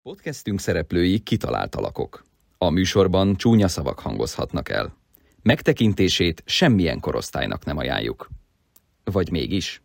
Podcastünk szereplői kitalált alakok. A műsorban csúnya szavak hangozhatnak el. Megtekintését semmilyen korosztálynak nem ajánljuk. Vagy mégis?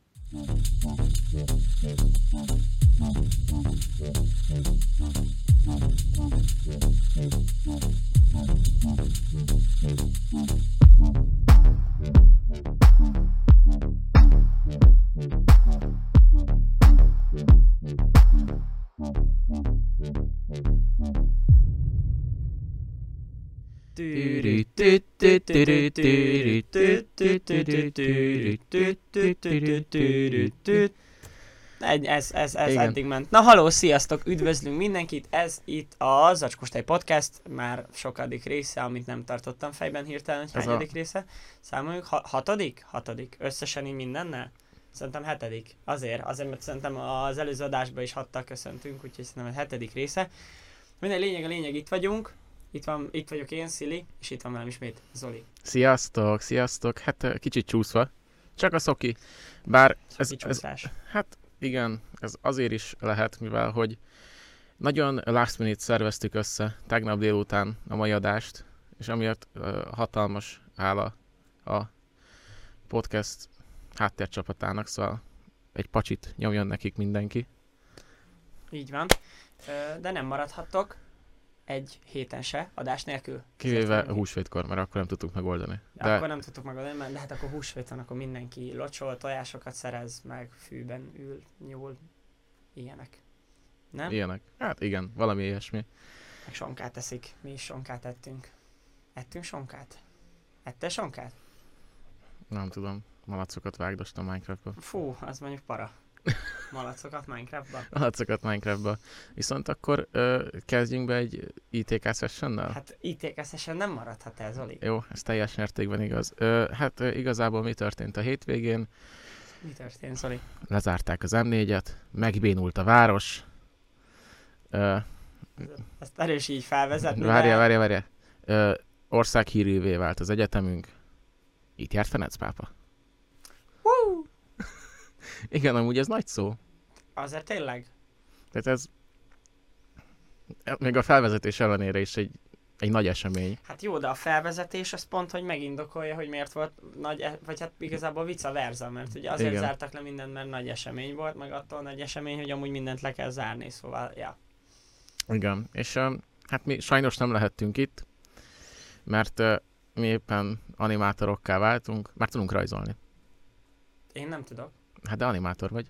Ez eddig ment. Na halló, sziasztok, üdvözlünk mindenkit, ez itt a Zacskóstály Podcast, már sokadik része, amit nem tartottam fejben hirtelen, hogy hányadik része. Számoljuk, hatodik? Összesen így mindennel? Szerintem hetedik. Azért, mert szerintem az előző adásban is 6-tal köszöntünk, úgyhogy szerintem a hetedik része. Minden lényeg, itt vagyunk. Itt vagyok én, Szili, és itt van velem ismét Zoli. Sziasztok. Hát kicsit csúszva. Csak a szoki. Bár ez hát igen, ez azért is lehet, mivel hogy nagyon last minute szerveztük össze tegnap délután a mai adást, és amiatt hatalmas hála a podcast háttércsapatának, szóval egy pacsit nyomjon nekik mindenki. Így van. De nem maradhattok egy héten se adás nélkül. Kivéve húsvétkor, mert akkor nem tudtuk megoldani. De akkor nem tudtuk megoldani, de hát akkor húsvéton akkor mindenki locsol, tojásokat szerez, meg fűben ül, nyúl, ilyenek. Nem? Ilyenek. Hát igen, valami ilyesmi. Meg sonkát eszik. Mi is sonkát ettünk. Ettünk sonkát? Ettél sonkát? Nem tudom. Malacokat vágdostam Minecraftba. Fú, az mondjuk para. Malacokat Minecraftba? Malacokat Minecraftba. Viszont akkor kezdjünk be egy ITK sessionnel? Hát ITK session nem maradhat el, Zoli. Jó, ez teljes mértékben igaz. Hát igazából mi történt a hétvégén? Mi történt, Zoli? Lezárták az M4-et, megbénult a város. Ezt erős így felvezetni. Várjál. Országhírűvé vált az egyetemünk. Itt járt Ferenc pápa. Woo! Igen, amúgy ez nagy szó. Azért tényleg? Tehát ez még a felvezetés ellenére is egy nagy esemény. Hát jó, de a felvezetés az pont, hogy megindokolja, hogy miért volt nagy, vagy hát igazából vice versa, mert ugye azért igen. Zártak le mindent, mert nagy esemény volt, meg attól nagy esemény, hogy amúgy mindent le kell zárni, szóval, ja. Igen, és hát mi sajnos nem lehettünk itt, mert mi éppen animátorokká váltunk, már tudunk rajzolni. Én nem tudok. Hát de animátor vagy.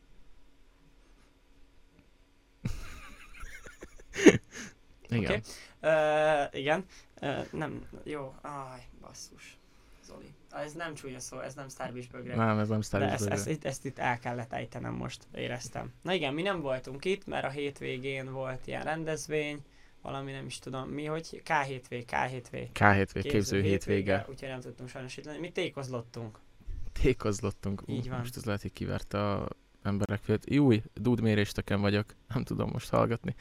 Igen. Okay. Igen. Nem, jó. Aj, basszus. Zoli. Ez nem csúnya szó, ez nem Starbish bögre. Nem, ez nem Starbish bögre. De ezt itt el kellett ejtenem most, éreztem. Na igen, mi nem voltunk itt, mert a hétvégén volt ilyen rendezvény, valami nem is tudom mi, hogy K7V, képző hétvége. Úgyhogy nem tudtunk sajnos itt lenni. Mi tékozlottunk. Így van. Most ez lehet, hogy kiverte a emberek félét. Júj, dúdmérésteken vagyok. Nem tudom most hallgatni.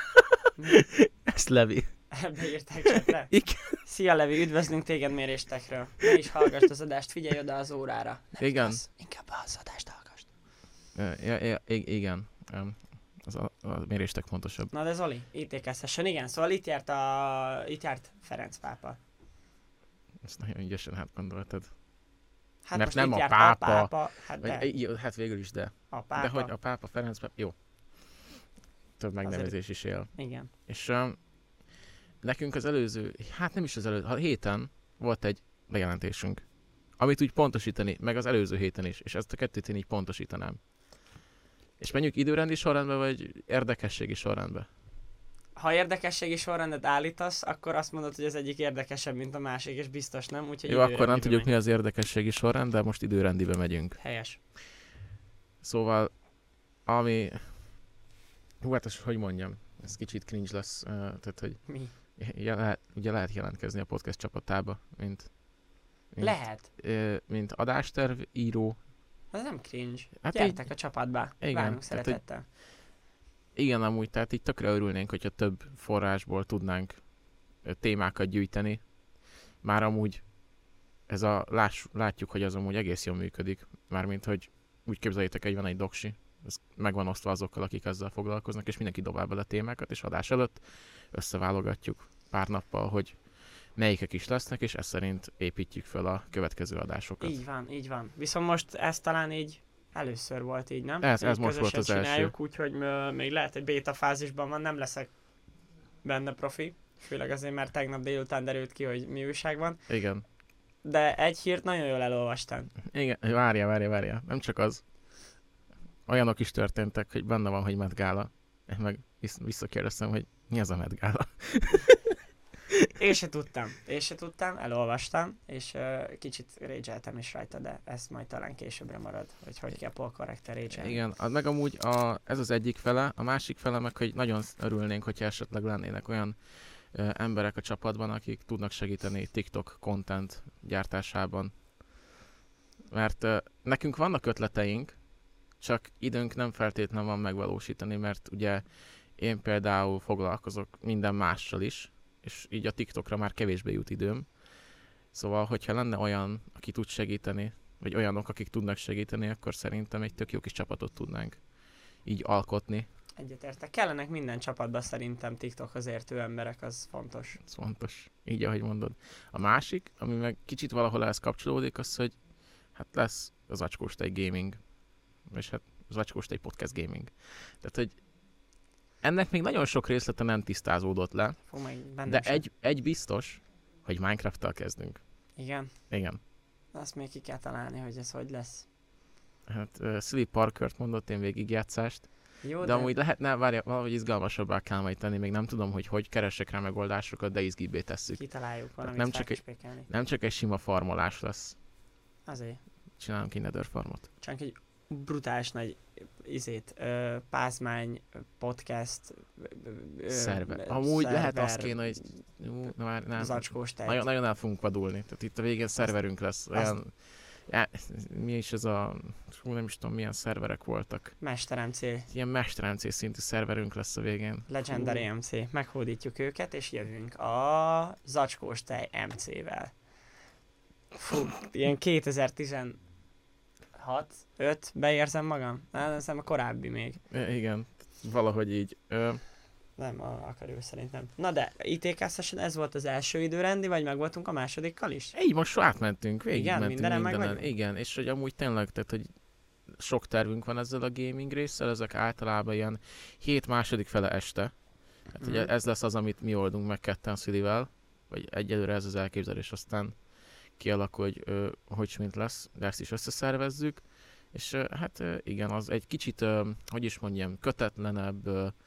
Ezt Levi. Ebbe írták csatre. Igen. Szia Levi, üdvözlünk téged méréstekről. Ne is hallgassd az adást, figyelj oda az órára. Nem igen. Igaz, inkább az adást hallgassd. Igen. A méréstek fontosabb. Na de Zoli, ITK session, igen, szóval itt járt Ferenc pápa. Ezt nagyon ügyesen gondoltad. Hát mert most nem itt a járt pápa. Hát, de. Hát végül is, de. A pápa. De hogy a pápa, Ferenc pápa, jó. Több megnevezés is él. Igen. És nekünk az előző, hát nem is az előző, a héten volt egy bejelentésünk, amit úgy pontosítani, meg az előző héten is, és ezt a kettőt én így pontosítanám. És menjünk időrendi sorrendbe, vagy érdekességi sorrendbe? Ha érdekességi sorrendet állítasz, akkor azt mondod, hogy az egyik érdekesebb, mint a másik, és biztos nem, úgyhogy jó, akkor nem tudjuk mi az érdekességi sorrend, de most időrendibe megyünk. Helyes. Szóval, ami... hát azt, hogy mondjam, ez kicsit cringe lesz, tehát, hogy... Mi? Ugye lehet jelentkezni a podcast csapatába, mint lehet. Mint adásterv író. Ez nem cringe. Hát gyertek a csapatba. Igen, várunk szeretettel. Igen, amúgy, tehát így tökre örülnénk, hogyha több forrásból tudnánk témákat gyűjteni. Már amúgy látjuk, hogy az amúgy egész jól működik. Mármint, hogy úgy képzeljétek, hogy van egy doksi, ez meg van osztva azokkal, akik ezzel foglalkoznak, és mindenki dobál bele témákat, és adás előtt összeválogatjuk pár nappal, hogy melyikek is lesznek, és ez szerint építjük fel a következő adásokat. Így van. Viszont most ez talán így először volt így, nem? Ez most volt az első. Úgyhogy még lehet, hogy béta fázisban van, nem leszek benne profi, főleg azért, mert tegnap délután derült ki, hogy mi újság van. Igen. De egy hírt nagyon jól elolvastam. Igen, várja. Nem csak az. Olyanok is történtek, hogy benne van, hogy Met Gála. Én meg visszakérdeztem, hogy mi az a Met Gála. Én se tudtam, elolvastam, és kicsit rage-eltem is rajta, de ezt majd talán későbbre marad, hogy kell polkorrekten rage-elni. Igen, meg amúgy ez az egyik fele, a másik fele meg, hogy nagyon örülnénk, hogyha esetleg lennének olyan emberek a csapatban, akik tudnak segíteni TikTok content gyártásában. Mert nekünk vannak ötleteink, csak időnk nem feltétlenül van megvalósítani, mert ugye én például foglalkozok minden mással is, és így a TikTokra már kevésbé jut időm. Szóval, hogyha lenne olyan, aki tud segíteni, vagy olyanok, akik tudnak segíteni, akkor szerintem egy tök jó kis csapatot tudnánk így alkotni. Egyetértek. Kellenek minden csapatban szerintem TikTokhoz értő emberek, az fontos. Ez fontos, így ahogy mondod. A másik, ami meg kicsit valahol ehhez kapcsolódik, az, hogy hát lesz az Zacskós Tej Gaming, és hát az Zacskós Tej Podcast Gaming. Tehát, hogy ennek még nagyon sok részlete nem tisztázódott le, de egy biztos, hogy Minecraft-tal kezdünk. Igen? Igen. Azt még ki kell találni, hogy ez hogy lesz. Hát Sleep Parkert mondott, én végigjátszást. Jó, de amúgy lehetne, valahogy izgalmasabbá kell majd tenni, még nem tudom, hogy keresek rá megoldásokat, de izgibbé tesszük. Kitaláljuk valamit, nem csak egy sima farmolás lesz. Azért. Csinálunk egy Nether farmot. Csak egy brutális nagy pázmány, podcast, szerver. Amúgy lehet azt kéne, hogy Zacskós Tej. Nagyon el fogunk vadulni. Tehát itt a végén szerverünk lesz. Olyan, mi is ez a... nem is tudom, milyen szerverek voltak. Mester MC. Ilyen Mester MC szintű szerverünk lesz a végén. Legendary MC. Meghódítjuk őket, és jövünk a Zacskós Tej MC-vel. Fú, ilyen 2016, 5 beérzem magam? Nem, a korábbi még. Igen, valahogy így. Nem, a körül szerintem. Na de, ITK-sesen ez volt az első időrendi, vagy meg voltunk a másodikkal is? Így most átmentünk, végigmentünk mindenen. Igen, és hogy amúgy tényleg, tehát hogy sok tervünk van ezzel a gaming résszel, ezek általában ilyen 7 második fele este. Hát ugye ez lesz az, amit mi oldunk meg ketten Szülivel, vagy egyelőre ez az elképzelés, aztán kialakul, hogy mint lesz, de ezt is összeszervezzük. És hát igen, az egy kicsit, hogy is mondjam, kötetlenebb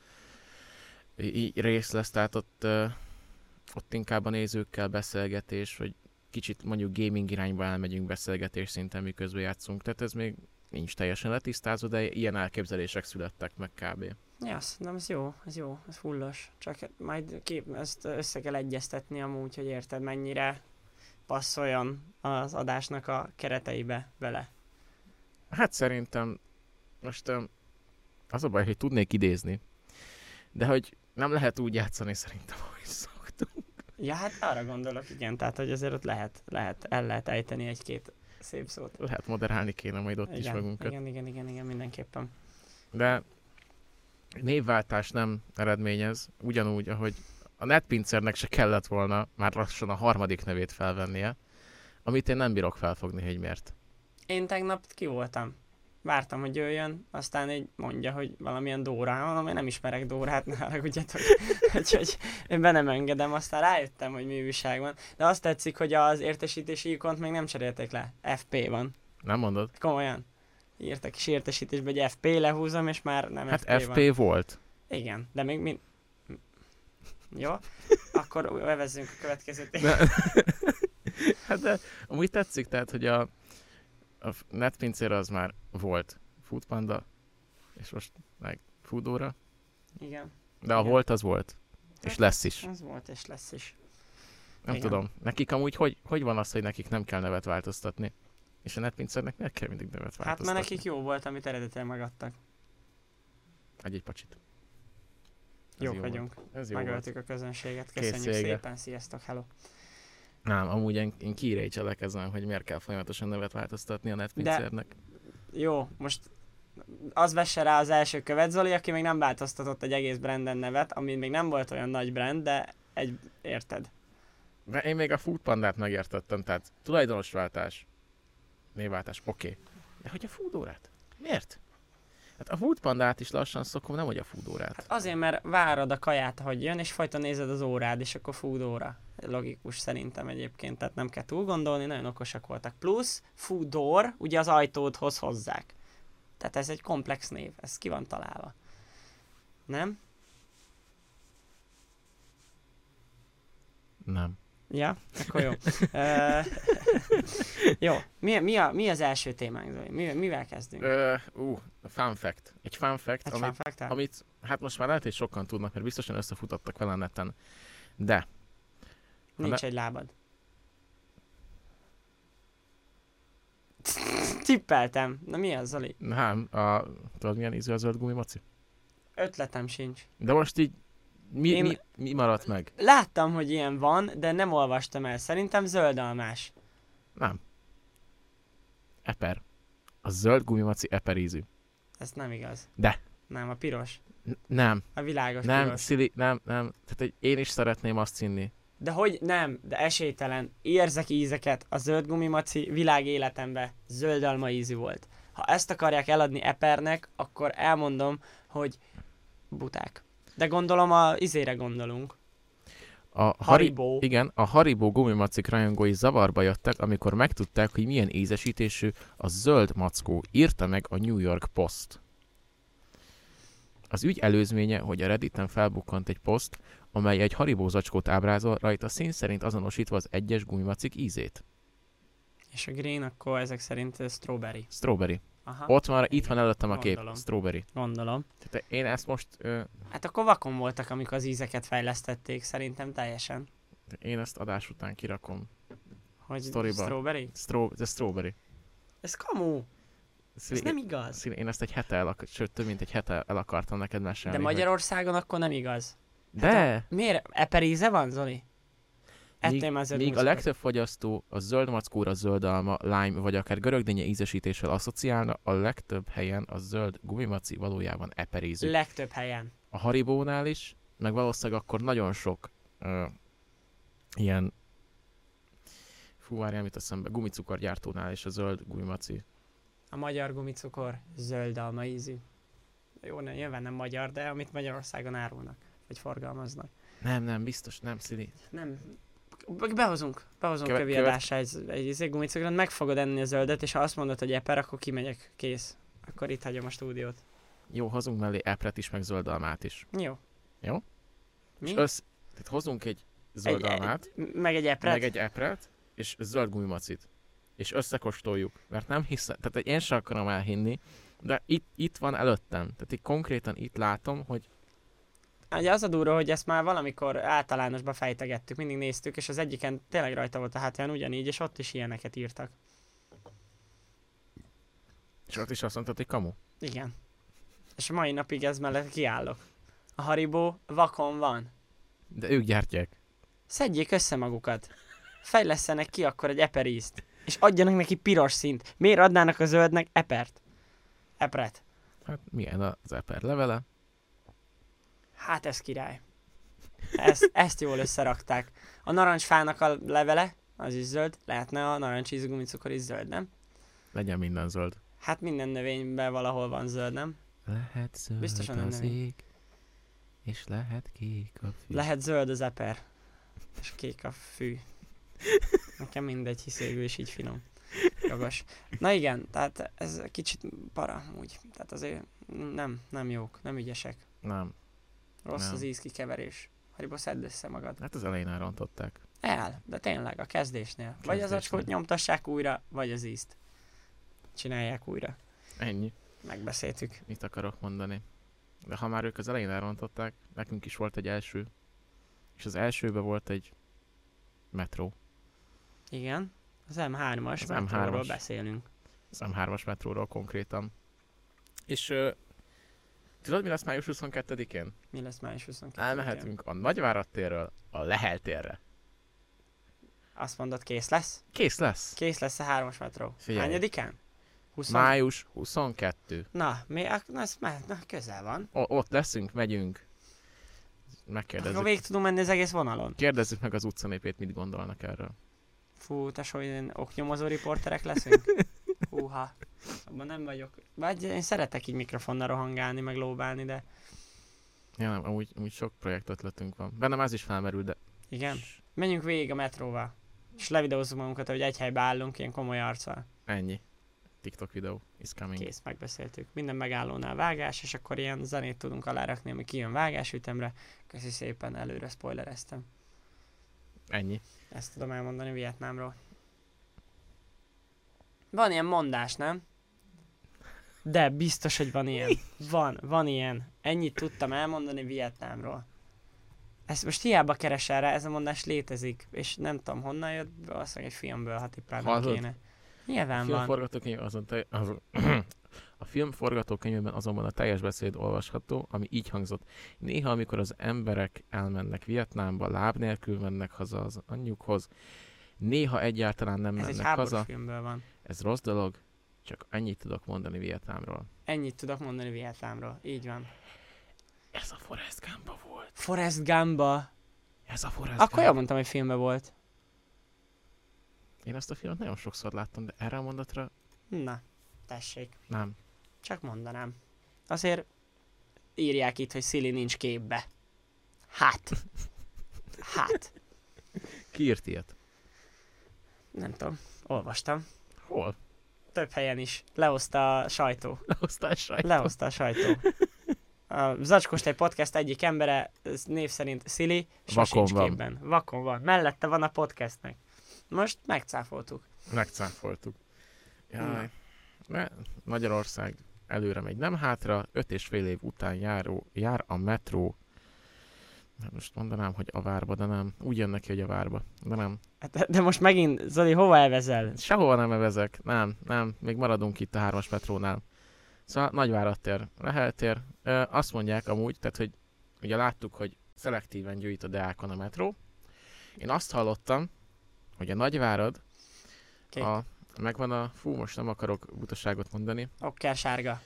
rész lesz, tehát ott inkább a nézőkkel beszélgetés, vagy kicsit mondjuk gaming irányba elmegyünk beszélgetés szinten, miközben játszunk. Tehát ez még nincs teljesen letisztázva, de ilyen elképzelések születtek meg kb. Ja, nem, ez jó, ez fullos. Csak majd ezt össze kell egyeztetni amúgy, hogy érted, mennyire passzoljon az adásnak a kereteibe vele. Hát szerintem most az a baj, hogy tudnék idézni, de hogy nem lehet úgy játszani szerintem, ahogy szoktunk. Ja, hát arra gondolok, igen, tehát hogy azért ott el lehet ejteni egy-két szép szót. Lehet moderálni kéne majd ott is magunkat. Igen, mindenképpen. De névváltás nem eredményez, ugyanúgy, ahogy a netpincernek se kellett volna már lassan a harmadik nevét felvennie, amit én nem bírok felfogni, hogy miért. Én tegnap ki voltam. Vártam, hogy jöjjön, aztán így mondja, hogy valamilyen Dórá, mondom, én nem ismerek Dórát, ne haragudjatok. Úgyhogy én be nem engedem, aztán rájöttem, hogy mi újság van. De azt tetszik, hogy az értesítési ikont még nem cserélték le. FP van. Nem mondod? Komolyan. Írtak kis értesítésbe, hogy FP lehúzom, és már nem hát FP van. Hát FP volt. Igen, de még Jó, akkor vezezzünk a következő témát. Hát de amúgy tetszik, tehát, hogy a netpincér az már volt Foodpanda, és most meg Foodora. Igen. De a volt, az volt. És hát lesz is. Az volt, és lesz is. Nem igen. Tudom. Nekik amúgy hogy van az, hogy nekik nem kell nevet változtatni? És a netpincérnek miért kell mindig nevet változtatni? Hát mert nekik jó volt, amit eredetileg megadtak. Egy pacsit. Jók vagyunk. Megöltük a közönséget. Köszönjük szépen. Sziasztok, hello. Nem, amúgy én kirécselek ezen, hogy miért kell folyamatosan nevet változtatni a netpincérnek. Jó, most az vesse rá az első követ, Zoli, aki még nem változtatott egy egész branden nevet, ami még nem volt olyan nagy brand, de érted? De én még a Foodpandát megértettem, tehát tulajdonosváltás, névváltás, oké. De hogy a Foodórát? Miért? Hát a Foodpandát is lassan szokom, nem hogy a Foodórát. Hát azért, mert várod a kaját, hogy jön, és folyton nézed az órád, és akkor Foodóra. Logikus szerintem egyébként, tehát nem kell túl gondolni, nagyon okosak voltak. Plusz Foodor, ugye az ajtódhoz hozzák. Tehát ez egy komplex név, ez ki van találva. Nem? Nem. Ja, akkor jó. Jó, mi az első témánk, Zoli? Mivel kezdünk? Fun fact. Egy fun fact, amit hát most már lehet, hogy sokan tudnak, mert biztosan összefutottak vele a neten. De... Nincs egy lábad. Tippeltem. Na mi az, Zoli? Nem, tudod milyen ízű a zöld gumimaci? Ötletem sincs. De most így mi maradt meg? Láttam, hogy ilyen van, de nem olvastam el. Szerintem zöldalmás. Nem. Eper. A zöld gumimaci eper ízű. Ez nem igaz. De. Nem, a piros. Nem. A világos nem, piros. Szili, nem. Tehát hogy én is szeretném azt inni. De hogy nem, de esélytelen. Érzek ízeket. A zöld gumimaci világ életemben zöldalma ízű volt. Ha ezt akarják eladni epernek, akkor elmondom, hogy buták. De gondolom izére gondolunk. A Haribo. Igen, a Haribo gumimacik rajongói zavarba jöttek, amikor megtudták, hogy milyen ízesítésű a zöld mackó, írta meg a New York Post. Az ügy előzménye, hogy a Redditen felbukkant egy poszt, amely egy Haribo zacskót ábrázol, rajta szín szerint azonosítva az egyes gumimacik ízét. És a green akkor ezek szerint strawberry. Strawberry. Aha. Ott már itt van előttem a kép, Gondolom. strawberry. Gondolom. Tehát én ezt most... Hát akkor vakon voltak, amikor az ízeket fejlesztették, szerintem teljesen. Én ezt adás után kirakom. Hogy Storyba. strawberry? Strawberry. Ez kamu. Ez nem igaz. Én ezt egy hete sőt, több mint egy hete el akartam neked mesélni. De Magyarországon akkor nem igaz. De! Hát miért? Eper íze van, Zoli? Míg a legtöbb fogyasztó a zöld mackóra zöld alma, lime vagy akár görögdénye ízesítéssel asszociálna, a legtöbb helyen a zöld gumimaci valójában eperízű. Legtöbb helyen. A Haribónál is, meg valószínűleg akkor nagyon sok ilyen várjál, mit eszembe, gumicukorgyártónál is a zöld gumimaci. A magyar gumicukor zöld alma ízű. Jó, nyilván nem magyar, de amit Magyarországon árulnak, vagy forgalmaznak. Nem, biztos nem, Szili. Nem. Behozunk kövi adásra egy gumicukrot, meg fogod enni a zöldet, és ha azt mondod, hogy eper, akkor kimegyek, kész. Akkor itt hagyom a stúdiót. Jó, hozunk mellé epret is, meg zöld almát is. Jó. Jó? Mi? És tehát hozunk egy zöld almát. Meg egy epret. És zöld gumimacit. És összekóstoljuk. Mert nem hiszem, tehát én sem akarom elhinni, de itt van előttem. Tehát itt konkrétan itt látom, hogy Ugye az a durva, hogy ezt már valamikor általánosba fejtegettük, mindig néztük, és az egyiken tényleg rajta volt a hátján ugyanígy, és ott is ilyeneket írtak. És ott is azt mondtad, hogy kamu? Igen. És a mai napig ez mellett kiállok. A Haribo vakon van. De ők gyártják. Szedjék össze magukat. Fejlesztenek ki akkor egy eperízt. És adjanak neki piros színt. Miért adnának a zöldnek epert? Epret. Hát milyen az eper levele? Hát ez király. Ezt jól összerakták. A narancsfának a levele, az is zöld. Lehetne a narancsízű gumicukor is zöld, nem? Legyen minden zöld. Hát minden növényben valahol van zöld, nem? Lehet zöld Biztosan az ég, és lehet kék a fű. Lehet zöld az eper, és kék a fű. Nekem mindegy, hisz végül is így finom. Jogos. Na igen, tehát ez kicsit para úgy. Tehát azért nem jók, nem ügyesek. Nem. Rossz Nem. az ízkikeverés. Haribo, szedd össze magad. Hát az elején elrontották. De tényleg, a kezdésnél. Vagy az acskót nyomtassák újra, vagy az ízt. Csinálják újra. Ennyi. Megbeszéltük. Mit akarok mondani? De ha már ők az elején elrontották, nekünk is volt egy első. És az elsőben volt egy metró. Igen. Az M3-as Az metróról M3-as. beszélünk. Az M3-as metróról konkrétan. És tudod, mi lesz május 22-én? Mi lesz május 22-én? Elmehetünk a Nagyvárad térről a Lehel térre. Azt mondod, kész lesz? Kész lesz. Kész lesz a 3-as metró. Figyelj. Hányadikán? Május 22. Na, közel van. Ott leszünk, megyünk. Megkérdezzük. Akkor végig tudunk menni az egész vonalon. Kérdezzük meg az utcanépét, mit gondolnak erről. Fú, tesó, hogy oknyomozó riporterek leszünk? Húha, abban nem vagyok. Vagy én szeretek így mikrofonnal rohangálni, meg lóbálni, de... Ja, nem, amúgy sok projekt ötletünk van. Bennem ez is felmerül, de... Igen? Menjünk végig a metróval. És levideózzuk magunkat, hogy egy helybe állunk, ilyen komoly arccal. Ennyi. TikTok videó is coming. Kész, megbeszéltük. Minden megállónál vágás, és akkor ilyen zenét tudunk alárakni, ami kijön vágásütemre. Köszi szépen, előre spoilereztem. Ennyi. Ezt tudom elmondani Vietnámról. Van ilyen mondás, nem? De biztos, hogy van ilyen. Van ilyen. Ennyit tudtam elmondani Vietnámról. Ezt most hiába keresel rá, ez a mondás létezik. És nem tudom honnan jött, valószínűleg egy filmből, ha tippelnem kéne. Nyilván van. A film forgatókönyvében azonban a teljes beszéd olvasható, ami így hangzott. Néha, amikor az emberek elmennek Vietnámba, láb nélkül mennek haza az anyjukhoz, néha egyáltalán nem mennek haza. Ez egy filmből van. Ez rossz dolog, csak ennyit tudok mondani Vietnámról. Ennyit tudok mondani Vietnámról, így van. Ez a Forrest Gumba volt. Forrest Gumba? Ez a Forrest Akkor jól mondtam, hogy filmben volt. Én ezt a filmet nagyon sokszor láttam, de erre a mondatra... Na, tessék. Nem. Csak mondanám. Azért írják itt, hogy Szili nincs képbe. Hát. Ki írt ilyet? Nem tudom. Olvastam. Hol? Több helyen is. Lehozta a sajtó. Lehozta a sajtó. A Zacskóstály podcast egyik embere, név szerint Szili, sosincs képben. Vakon van. Mellette van a podcastnek. Most megcáfoltuk. Jaj. Magyarország előre megy, nem hátra. 5,5 év után jár a metró. Most mondanám, hogy a várba, de nem. Úgy jön neki, hogy a várba, de nem. De most megint, Zoli, hova elvezel? Sehova nem evezek. Nem. Még maradunk itt a 3-as metrónál. Szóval Nagyvárad tér, Lehel tér. Azt mondják amúgy, tehát, hogy ugye láttuk, hogy szelektíven gyűjt a Deákon a metró. Én azt hallottam, hogy a Nagyvárad, megvan a... most nem akarok butaságot mondani. Okker-sárga.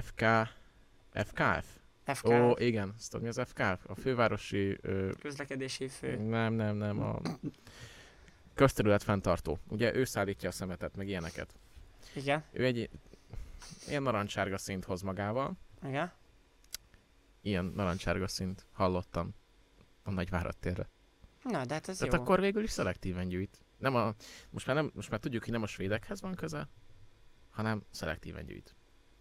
FKF? FKF. Igen. Ezt tudod, mi az FKF? A fővárosi... közlekedési fő. Nem. A közterület fenntartó. Ugye ő szállítja a szemetet, meg ilyeneket. Igen. Ő egy ilyen narancssárga színt hoz magával. Igen. Ilyen narancssárga színt hallottam a Nagyvárad térre. Na, de hát ez tehát jó. Akkor végül is szelektíven gyűjt. Most már tudjuk, hogy nem a svédekhez van köze, hanem szelektíven gyűjt.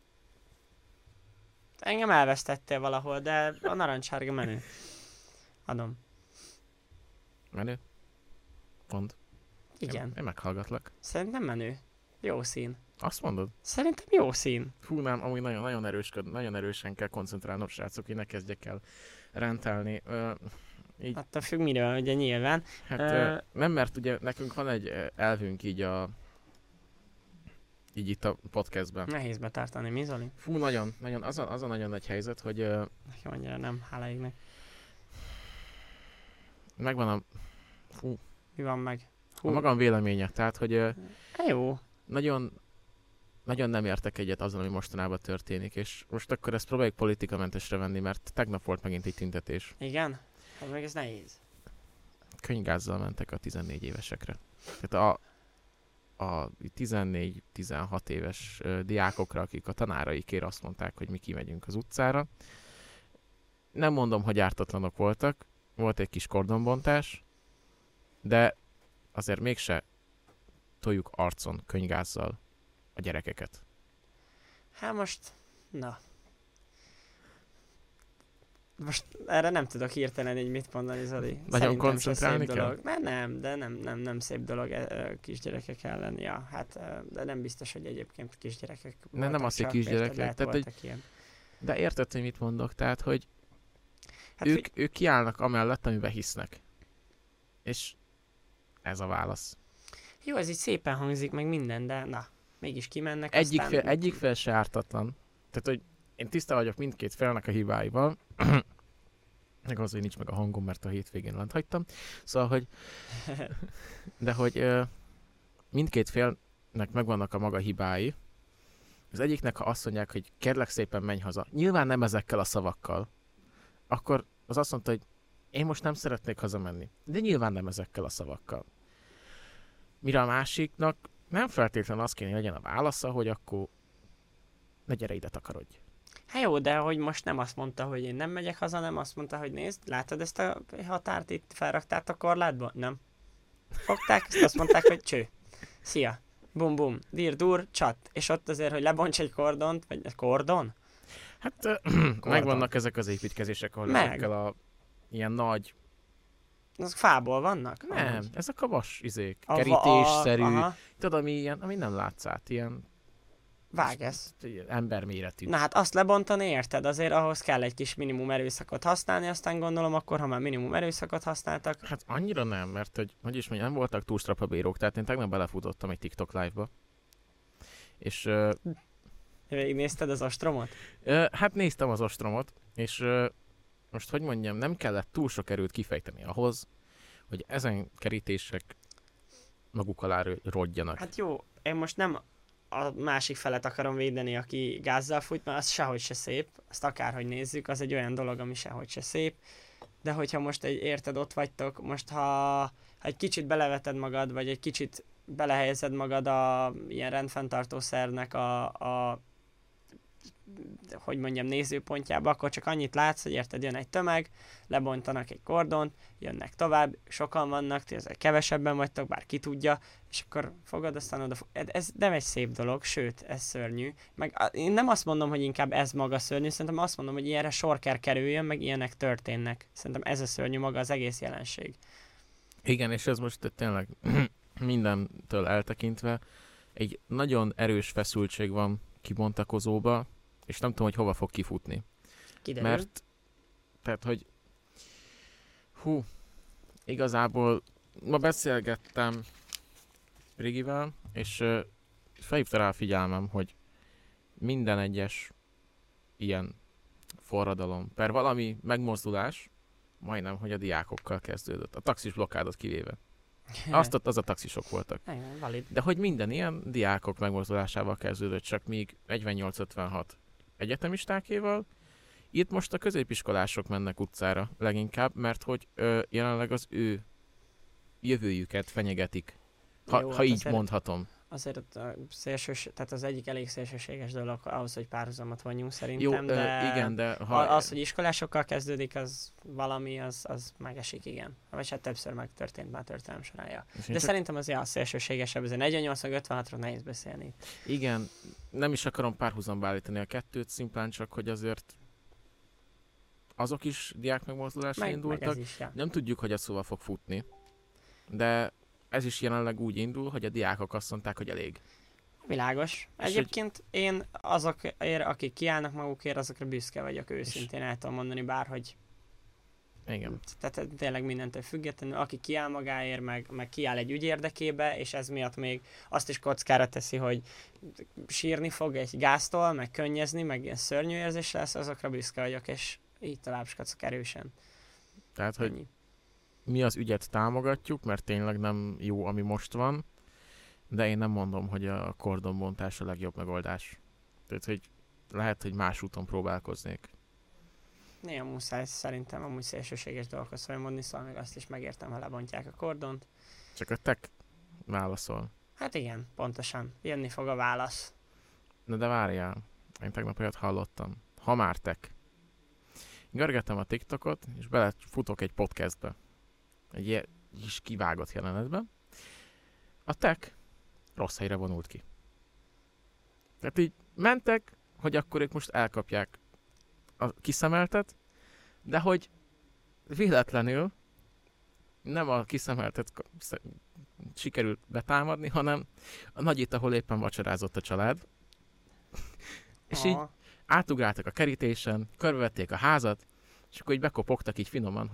Engem elvesztettél valahol, de a narancssárga menő. Adom. Menő? Mondd. Igen. Én meghallgatlak. Szerintem menő. Jó szín. Azt mondod? Szerintem jó szín. Fú, nem, amúgy nagyon erősen kell koncentrálnom, srácok, hogy ne kezdjek el rentálni. Így... Attól függ miről, ugye nyilván. Hát nem, mert ugye nekünk van egy elvünk így itt a podcastben. Nehéz betartani, mi Zoli? Fú, nagyon, az a nagyon nagy helyzet, hogy... Nekem annyira nem, hála égnek. Megvan a... Fú. Mi van meg? A magam véleménye, tehát, hogy... Jó. Nagyon nem értek egyet azon, ami mostanában történik, és most akkor ezt próbáljuk politikamentesre venni, mert tegnap volt megint egy tüntetés. Igen? Hát meg ez nehéz. Könygázzal mentek a 14 évesekre. Tehát a 14-16 éves diákokra, akik a tanáraikért azt mondták, hogy mi kimegyünk az utcára. Nem mondom, hogy ártatlanok voltak, volt egy kis kordonbontás, de azért mégse toljuk arcon könygázzal a gyerekeket. Hát most erre nem tudok hirtelen így mit mondani, Zoli. Nagyon koncentrálni kell? Nem szép dolog kisgyerekek ellen. Ja, hát, de nem biztos, hogy egyébként kisgyerekek voltak. Nem az, hogy kisgyerekek. De érted, hogy mit mondok? Tehát, hogy hát, ők kiállnak amellett, amiben hisznek. És ez a válasz. Jó, ez így szépen hangzik meg minden, de mégis kimennek. Egyik fél se ártatlan. Tehát, hogy én tiszta vagyok mindkét félnek a hibáival. Meg az, hogy nincs meg a hangom, mert a hétvégén lent hagytam. Szóval, hogy... De hogy mindkét félnek megvannak a maga hibái. Az egyiknek, ha azt mondják, hogy kérlek szépen menj haza, nyilván nem ezekkel a szavakkal, akkor az azt mondta, hogy én most nem szeretnék hazamenni. De nyilván nem ezekkel a szavakkal. Mire a másiknak nem feltétlenül az kéne, hogy legyen a válasza, hogy akkor ne gyere ide, takarodj. Hát jó, de hogy most nem azt mondta, hogy én nem megyek haza, nem azt mondta, hogy nézd, látod ezt a határt itt felraktát a korlátba? Nem. Fogták, azt mondták, hogy cső. Szia. Bum bum. Dir dur, csat. És ott azért, hogy lebonts egy kordont, vagy kordon? Hát megvannak ezek az építkezések, ahol ezekkel a ilyen nagy... Azok fából vannak? Nem, ahogy? ezek a vas izék, kerítésszerű, aha. tudod, ami nem látsz át, ilyen Vág ez. emberméretű. Na hát azt lebontani, érted? Azért ahhoz kell egy kis minimum erőszakot használni, aztán gondolom akkor, ha már minimum erőszakot használtak. Hát annyira nem, mert hogy is mondjam, nem voltak túl strapabírók, tehát én tegnap belefutottam egy TikTok live-ba. És... Végignézted az ostromot? Hát néztem az ostromot, és most hogy mondjam, nem kellett túl sok erőt kifejteni ahhoz, hogy ezen kerítések maguk alá rodjanak. Hát jó, én most nem a másik felet akarom védeni, aki gázzal fut, mert az sehogy se szép, azt akárhogy nézzük, az egy olyan dolog, ami sehogy se szép, de hogyha most érted, ott vagytok, most ha egy kicsit beleveted magad, vagy egy kicsit belehelyezed magad a ilyen rendfenntartó szervnek a hogy mondjam, nézőpontjába, akkor csak annyit látsz, hogy érted, jön egy tömeg, lebontanak egy kordont, jönnek tovább, sokan vannak, ti ezzel kevesebben vagytok, bár ki tudja, és akkor fogod, aztán oda... Ez nem egy szép dolog, sőt, ez szörnyű. Meg én nem azt mondom, hogy inkább ez maga szörnyű, szerintem azt mondom, hogy ilyenre sor kell kerüljön, meg ilyenek történnek. Szerintem ez a szörnyű maga az egész jelenség. Igen, és ez most tényleg mindentől eltekintve egy nagyon erős feszültség van kibontakozóba, és nem tudom, hogy hova fog kifutni. Kiderül. Mert, tehát, hogy igazából ma beszélgettem Rigivel, és felhívta rá a figyelmem, hogy minden egyes ilyen forradalom, per valami megmozdulás, majdnem, hogy a diákokkal kezdődött. A taxis blokkádot kivéve. Azt ott az a taxisok voltak. Valid. De hogy minden ilyen diákok megmozdulásával kezdődött, csak míg 48-56 egyetemistákéval, itt most a középiskolások mennek utcára leginkább, mert hogy jelenleg az ő jövőjüket fenyegetik, ha így azért, mondhatom. Azért tehát az egyik elég szélsőséges dolog ahhoz, hogy párhuzamot vonjunk szerintem, Jó, de, igen, de az, hogy iskolásokkal kezdődik, az valami, az megesik, igen. Vagy hát többször megtörtént már történelem során. Ja. De szerintem az szélsőségesebb, azért 48-56-ról nehéz beszélni. Igen, nem is akarom párhuzamba állítani a kettőt, szimplán csak, hogy azért azok is diák megmozdulásra indultak. Is, ja. Nem tudjuk, hogy ez szóval fog futni, de ez is jelenleg úgy indul, hogy a diákok azt mondták, hogy elég. Világos. Egyébként én azokért, akik kiállnak magukért, azokra büszke vagyok őszintén, el tudom mondani bárhogy. Igen. Tehát tényleg mindentől függetlenül, aki kiáll magáért, meg kiáll egy ügy érdekébe, és ez miatt még azt is kockára teszi, hogy sírni fog egy gáztól, meg könnyezni, meg ilyen szörnyű érzés lesz, azokra büszke vagyok, és így találskacok erősen. Tehát, hogy mi az ügyet támogatjuk, mert tényleg nem jó, ami most van, de én nem mondom, hogy a kordonbontás a legjobb megoldás. Tehát, hogy lehet, hogy más úton próbálkoznék. Néha muszáj szerintem amúgy szélsőséges dolgokhoz folyamodni, szóval még azt is megértem, ha lebontják a kordont. Csak a tek válaszol. Hát igen, pontosan. Jönni fog a válasz. De várjál, én tegnap olyat hallottam. Ha már tek. Görgettem a TikTokot, és belefutok egy podcastbe. Egy ilyen is kivágott jelenetbe. A tech rossz helyre vonult ki. Tehát így mentek, hogy akkor ők most elkapják a kiszemeltet, de hogy véletlenül nem a kiszemeltet sikerült betámadni, hanem a nagyit, ahol éppen vacsorázott a család. És így átugráltak a kerítésen, körbevették a házat, és akkor így bekopogtak így finoman,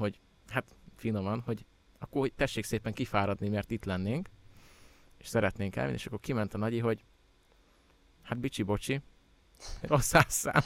hogy akkor tessék szépen kifáradni, mert itt lennénk, és szeretnénk elvinni, és akkor kiment a nagyi, hogy hát bicsi-bocsi, rossz házszám.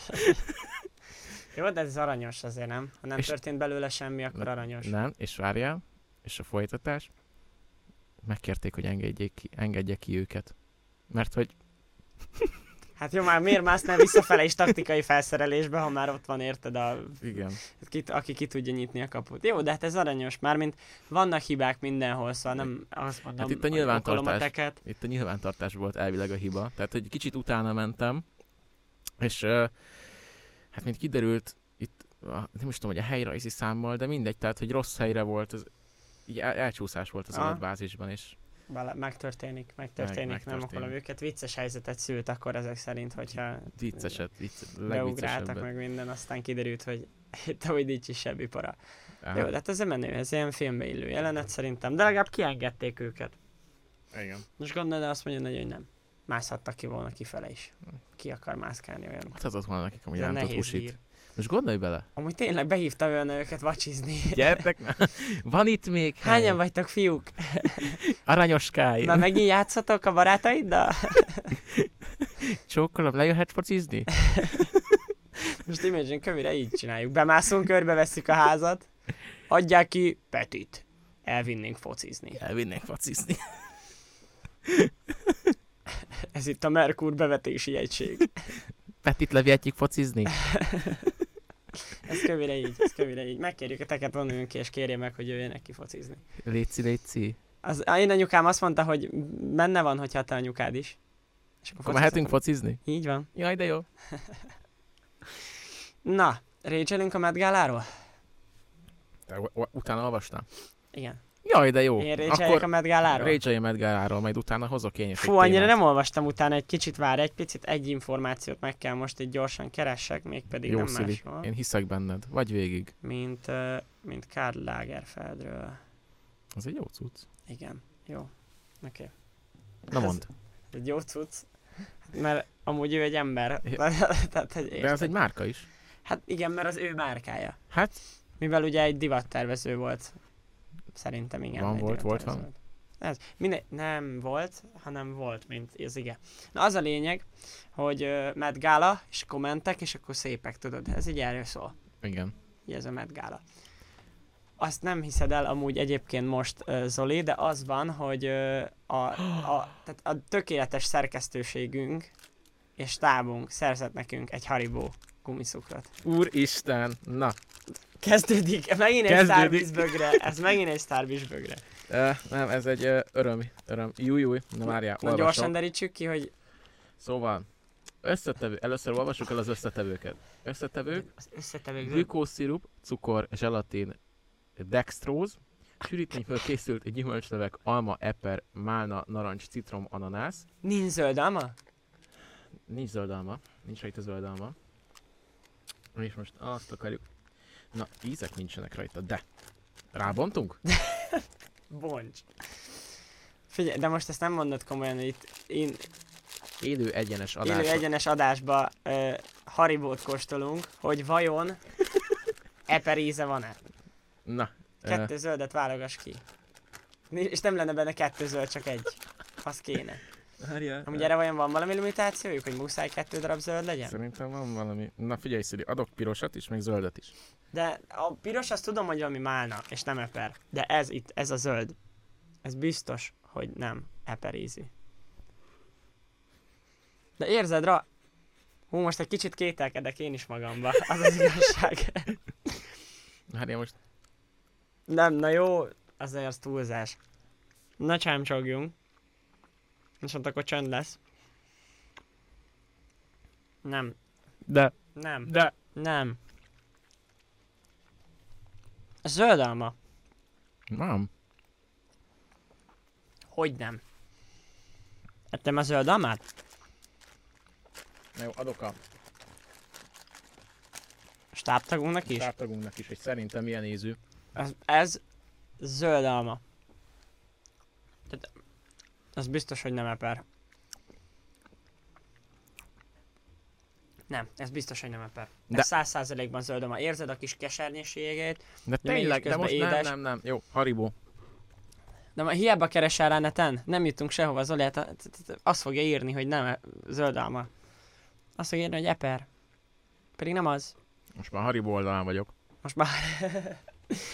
Jó, de ez aranyos azért, nem? Ha nem történt belőle semmi, akkor aranyos. Nem, és várjál, és a folytatás, megkérték, hogy engedjek ki őket. Mert hogy Hát jó, már miért másznál visszafele is taktikai felszerelésbe, ha már ott van, érted, Igen. aki ki tudja nyitni a kaput. Jó, de hát ez aranyos, mármint vannak hibák mindenhol, szóval nem azt mondom, Hát itt a nyilvántartás volt elvileg a hiba. Tehát, hogy kicsit utána mentem, és hát mint kiderült, itt nem is tudom, hogy a helyrajzi számmal, de mindegy, tehát, hogy rossz helyre volt, ez így elcsúszás volt az adatbázisban is. Megtörténik, nem akarom őket. Vicces helyzetet szült akkor ezek szerint, hogyha beugráltak meg minden, aztán kiderült, hogy itt ahogy nincs is semmi para. Jó, de hát ez menő, ez ilyen filmbe illő jelenet szerintem, de legalább kiengedték őket. Igen. Most gondolod, azt mondja, hogy nem. Mászhattak ki volna kifele is. Ki akar mászkálni olyan? Hát az ott volna nekik, amúgy nem tud húsít. Most gondolj bele. Amúgy tényleg behívtam olyan őket vacsizni. Gyertek, van itt még hely. Hányan vagytok, fiúk? Aranyoskáim. Na megint játszatok a barátaiddal? Csókolom, lejöhetsz focizni? Most imagine, kövire így csináljuk. Bemászunk, körbevesszük a házat, adják ki Petit. Elvinnénk focizni. Ez itt a Merkur bevetési egység. Petit levihetjük focizni? Ez kövire így. Megkérjük a teket, vonuljunk ki, és kérje meg, hogy jöjjenek ki focizni. Léci. Én anyukám azt mondta, hogy benne van, hogyha te anyukád is. És akkor mehetünk focizni? Így van. Jaj, de jó. Na, rage-elünk a Met Galáról? Utána olvastam. Igen. Jaj, de jó. Én rage-eljek a Met Galáról? Rage-elj a Met Galáról, majd utána hozok én is egy annyira témát. Nem olvastam utána, egy kicsit vár, egy picit egy információt meg kell most itt gyorsan keressek, mégpedig jó, nem Szili. máshol. Én hiszek benned. Vagy végig. Mint Karl Lagerfeldről. Az egy jó cucc. Igen, jó. Oké. Na mondd. Ez egy jó cucc, mert amúgy ő egy ember. De ez egy márka is. Hát igen, mert az ő márkája. Hát. Mivel ugye egy divattervező volt. Szerintem igen. Volt. Ez nem volt, hanem volt, mint az ige. Na az a lényeg, hogy Met Gala, és kommentek, és akkor szépek, tudod. Ez így erről szól. Igen. Így ez a Met Gala. Azt nem hiszed el amúgy egyébként most, Zoli, de az van, hogy tehát a tökéletes szerkesztőségünk és stábunk szerzett nekünk egy Haribo gumiszukrot. Úristen, na. Kezdődik, megint egy Starbizbögre, ez megint egy Starbizbögre. Nem, ez egy öröm. Júj, na várjál, na gyorsan derítsük ki, hogy... Szóval, először olvassuk el az összetevőket. Összetevők, glükózszirup, cukor, zselatin, dextróz, sűrítményből készült gyümölcslevek, alma, eper, málna, narancs, citrom, ananász. Nincs zöld alma? Nincs zöld alma, nincs rajta zöld alma. És most azt akarjuk. Na, ízek nincsenek rajta, de rábontunk? Bonts. Figyelj, de most ezt nem mondod komolyan, hogy itt élő egyenes adásba Haribót kóstolunk, hogy vajon eper íze van-e? Na. 2 zöldet válogass ki. És nem lenne benne 2 zöld, csak egy. Az kéne. Amúgy erre vajon van valami limitációjuk, hogy muszáj 2 darab zöld legyen? Szerintem van valami. Na figyelj, Szili, adok pirosat is, meg zöldet is. De a piros azt tudom, hogy valami málna, és nem eper. De ez a zöld. Ez biztos, hogy nem eper ízű. De érzed rá? Most egy kicsit kételkedek én is magamba. Az az igazság. Hát most... Nem, na jó, azért az túlzás. Na csámcsogjunk. Viszont akkor csönd lesz. Nem. De. Nem. Zöld alma. Nem. Hogy nem? Ettem a zöld almát? Na jó, adok a... Stábtagunknak is? Stábtagunknak is, hogy szerintem milyen ízű. Ez zöld alma. Tehát az biztos, hogy nem eper. Nem, ez biztos, hogy nem eper. Ez 100%-ban zöld alma. Érzed a kis kesernyességét? De tényleg, de most édes. Nem. Jó, Haribo. De ma hiába keresel rá neten, nem jutunk sehova, Zoli, hát azt fogja írni, hogy nem zöld alma. Azt fogja írni, hogy eper. Pedig nem az. Most már Haribo oldalán vagyok. Most már...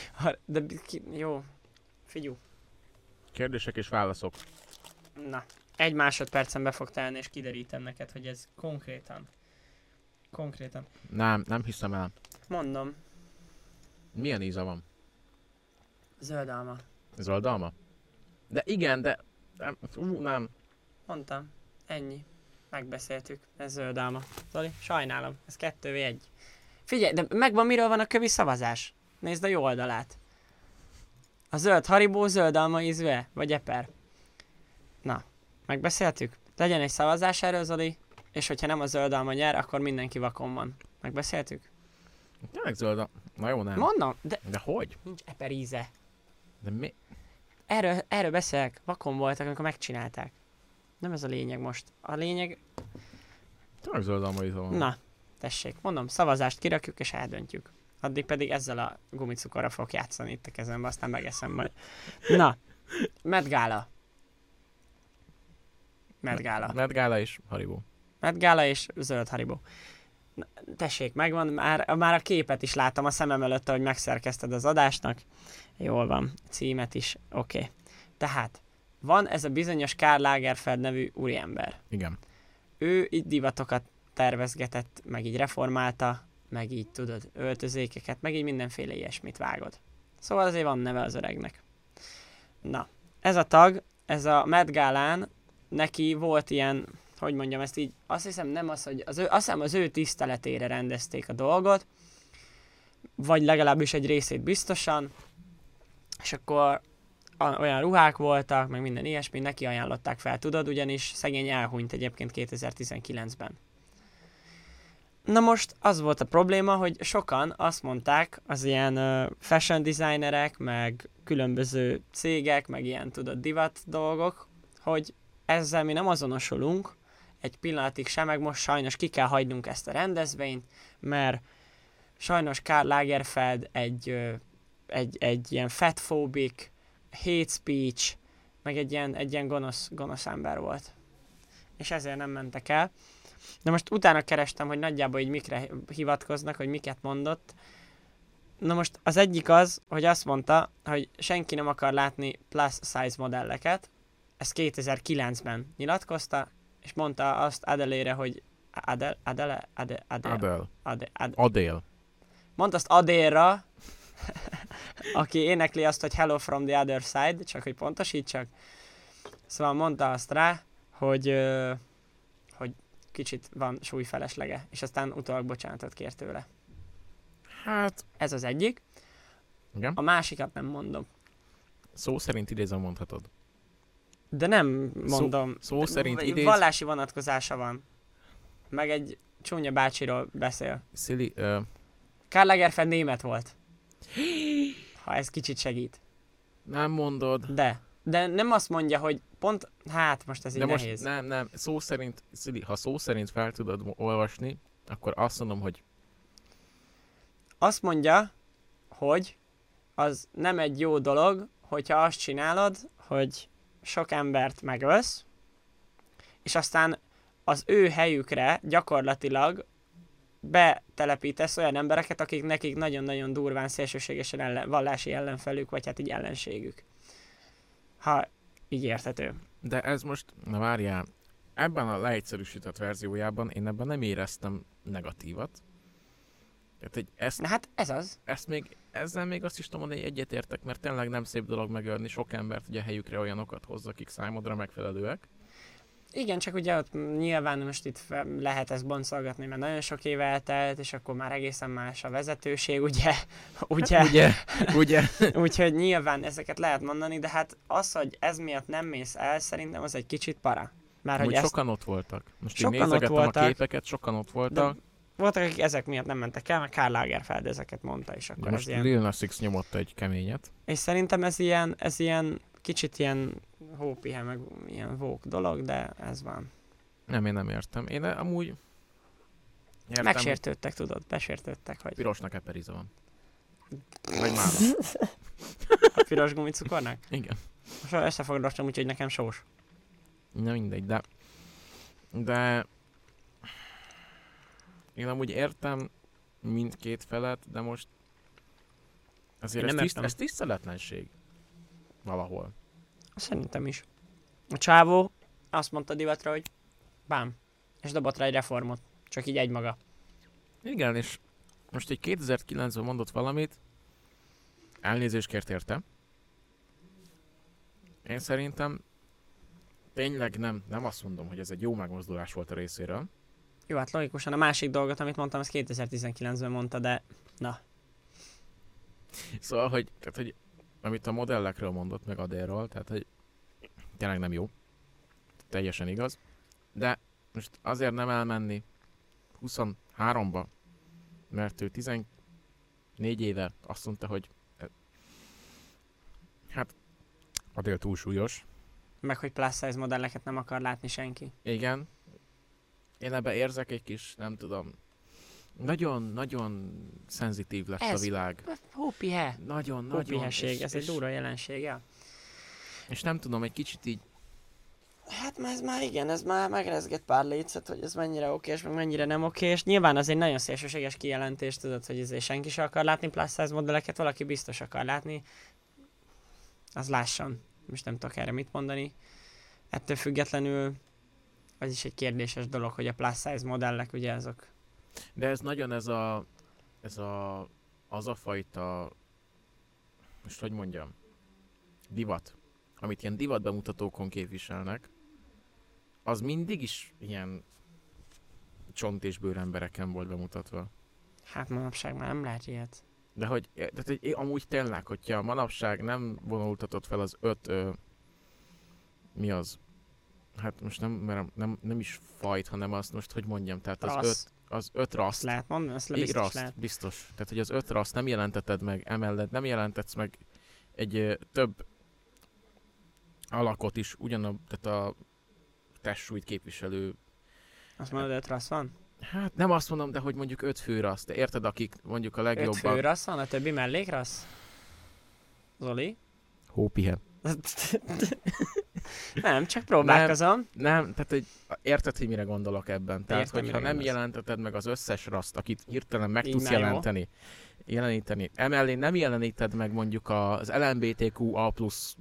jó. Figyelj. Kérdések és válaszok. Na, 1 másodpercen be fog telni, és kiderítem neked, hogy ez konkrétan. Nem hiszem el. Mondom. Milyen íze van? Zöldalma. Zöldalma? De igen, de... Nem. Mondtam. Ennyi. Megbeszéltük. Ez zöldalma. Zoli, sajnálom. Ez 2v1. Figyelj, de megvan miről van a kövi szavazás. Nézd a jó oldalát. A zöld Haribo zöldalma ízűe? Vagy eper? Na, megbeszéltük? Legyen egy szavazás erről, Zoli, és hogyha nem a zöldalma nyer, akkor mindenki vakon van. Megbeszéltük? Tényleg zöldalma? Na jó, nem. Mondom, De hogy? nincs eper íze. De mi? Erről beszélek. Vakon voltak, amikor megcsinálták. Nem ez a lényeg most. A lényeg... Tényleg zöldalma íze van. Na, tessék, mondom, szavazást kirakjuk és eldöntjük. Addig pedig ezzel a gumicukorra fogok játszani itt a kezembe, aztán megeszem majd. Na, Met Gala. Met Gala és Haribo. Met Gala és zöld Haribo. Na, tessék, megvan, már a képet is látom a szemem előtt, ahogy megszerkezted az adásnak. Jól van, címet is, oké. Tehát, van ez a bizonyos Karl Lagerfeld nevű úriember. Igen. Ő így divatokat tervezgetett, meg így reformálta, meg így tudod, öltözékeket, meg így mindenféle ilyesmit vágod. Szóval azért van neve az öregnek. Na, ez a tag, ez a Met Galán, neki volt ilyen, hogy mondjam ezt így, azt hiszem nem az, hogy azt hiszem az ő tiszteletére rendezték a dolgot, vagy legalábbis egy részét biztosan, és akkor olyan ruhák voltak, meg minden ilyesmi, neki ajánlották fel, tudod, ugyanis szegény elhunyt egyébként 2019-ben. Na most az volt a probléma, hogy sokan azt mondták, az ilyen fashion designerek, meg különböző cégek, meg ilyen tudod divat dolgok, hogy ezzel mi nem azonosulunk egy pillanatig sem, meg most sajnos ki kell hagynunk ezt a rendezvényt, mert sajnos Karl Lagerfeld egy ilyen fatphobic, hate speech, meg egy ilyen gonosz ember volt. És ezért nem mentek el. De most utána kerestem, hogy nagyjából így mikre hivatkoznak, hogy miket mondott. Na most az egyik az, hogy azt mondta, hogy senki nem akar látni plus size modelleket. Ezt 2009-ben nyilatkozta, és mondta azt Adele-re, hogy Adele. Mondta azt Adele-ra, aki énekli azt, hogy Hello from the other side, csak hogy pontosítsak. Szóval mondta azt rá, hogy kicsit van súlyfeleslege, és aztán utólag bocsánatot kért tőle. Hát... Ez az egyik. Igen. A másikat nem mondom. Szó szerint idézem mondhatod. De nem mondom. Szó szerint idéz... Vallási vonatkozása van. Meg egy csúnya bácsiról beszél. Szili... Karl Lagerfeld német volt. Ha ez kicsit segít. Nem mondod. De nem azt mondja, hogy pont... Hát, most ez így nehéz. Nem. Szó szerint, Szili, ha szó szerint fel tudod olvasni, akkor azt mondom, hogy... Azt mondja, hogy az nem egy jó dolog, hogyha azt csinálod, hogy sok embert megölsz, és aztán az ő helyükre gyakorlatilag betelepítesz olyan embereket, akik nekik nagyon-nagyon durván szélsőségesen vallási ellenfelük, vagy hát így ellenségük. Ha így érthető. De ez most, na várjál, ebben a leegyszerűsített verziójában én ebben nem éreztem negatívat. Tehát, hogy ezt, na hát ez az. Ezzel még azt is tudom mondani, hogy egyetértek, mert tényleg nem szép dolog megölni sok embert, hogy a helyükre olyanokat hozza, akik számodra megfelelőek. Igen, csak ugye ott nyilván most itt lehet ezt boncolgatni, mert nagyon sok év eltelt, és akkor már egészen más a vezetőség, ugye? Úgyhogy nyilván ezeket lehet mondani, de hát az, hogy ez miatt nem mész el, szerintem az egy kicsit para. Már hogy sokan ott voltak. Most így nézegettem a képeket, sokan ott voltak. Voltak, akik ezek miatt nem mentek el, mert Karl Lagerfeld ezeket mondta, és akkor most Lil Nas X nyomott egy keményet. És szerintem ez ilyen kicsit ilyen hópihe, meg ilyen vók dolog, de ez van. Nem, én nem értem. Én amúgy... Értem, megsértődtek, tudod, besértődtek, hogy... Pirosnak eperiza van. Vagy mála. A piros gumicukornak? Igen. Most összefoglaltam, úgyhogy nekem sós. Na mindegy, de... Én amúgy értem mindkét felet, de most... Azért ez tiszteletlenség. Valahol. Szerintem is. A csávó azt mondta divatra, hogy bám, és dobott rá egy reformot. Csak így egymaga. Igen, és most egy 2009-ben mondott valamit, elnézést kért érte. Én szerintem tényleg nem azt mondom, hogy ez egy jó megmozdulás volt a részéről. Jó, hát logikusan a másik dolgot, amit mondtam, ezt 2019-ben mondta, de na. Szóval, hogy amit a modellekről mondott, meg Adélról, tehát, hogy tényleg nem jó. Teljesen igaz. De most azért nem elmenni 23-ba, mert ő 14 éve azt mondta, hogy hát Adél túlsúlyos. Meg, hogy plus size modelleket nem akar látni senki. Igen. Én ebbe érzek egy kis, nem tudom, nagyon szenzitív lesz a világ. Hópihe. Nagyon. Hópiheség, ez egy durva jelenség, ja. És nem tudom, egy kicsit így... Hát ez már megrezget pár lécet, hogy ez mennyire okés, meg mennyire nem okés. Nyilván az egy nagyon szélsőséges kijelentés, tudod, hogy ezért senki sem akar látni plus size modelleket, valaki biztos akar látni. Az lássan. Most nem tudok erre mit mondani. Ettől függetlenül az is egy kérdéses dolog, hogy a plus size modellek, ugye azok... De ez nagyon az a fajta, most hogy mondjam, divat, amit ilyen divat bemutatókon képviselnek, az mindig is ilyen csont és bőr embereken volt bemutatva. Hát manapság már nem lehet ilyet. De hogy amúgy tényleg, hogyha manapság nem vonultatott fel az 5 mi az? Hát most nem is fajt, hanem azt most, hogy mondjam, tehát az 5 raszt. Lehet mondani, azt biztos lehet. Biztos. Tehát, hogy az 5 raszt nem jelenteted meg, emellett nem jelentetsz meg egy több alakot is, tehát a testsúlyt képviselő. Azt mondod, 5 rassz van? Hát nem azt mondom, de hogy mondjuk 5 főrassz. De érted, akik mondjuk a legjobban... 5 főrassz van, a többi mellékrassz? Zoli? Hópihe. Nem, csak próbálkozom. Nem, tehát hogy érted, hogy mire gondolok ebben. Tehát, értem, hogyha nem jelenteted meg az összes raszt, akit hirtelen meg tudsz jeleníteni. Emellé nem jeleníted meg mondjuk az LMBTQA+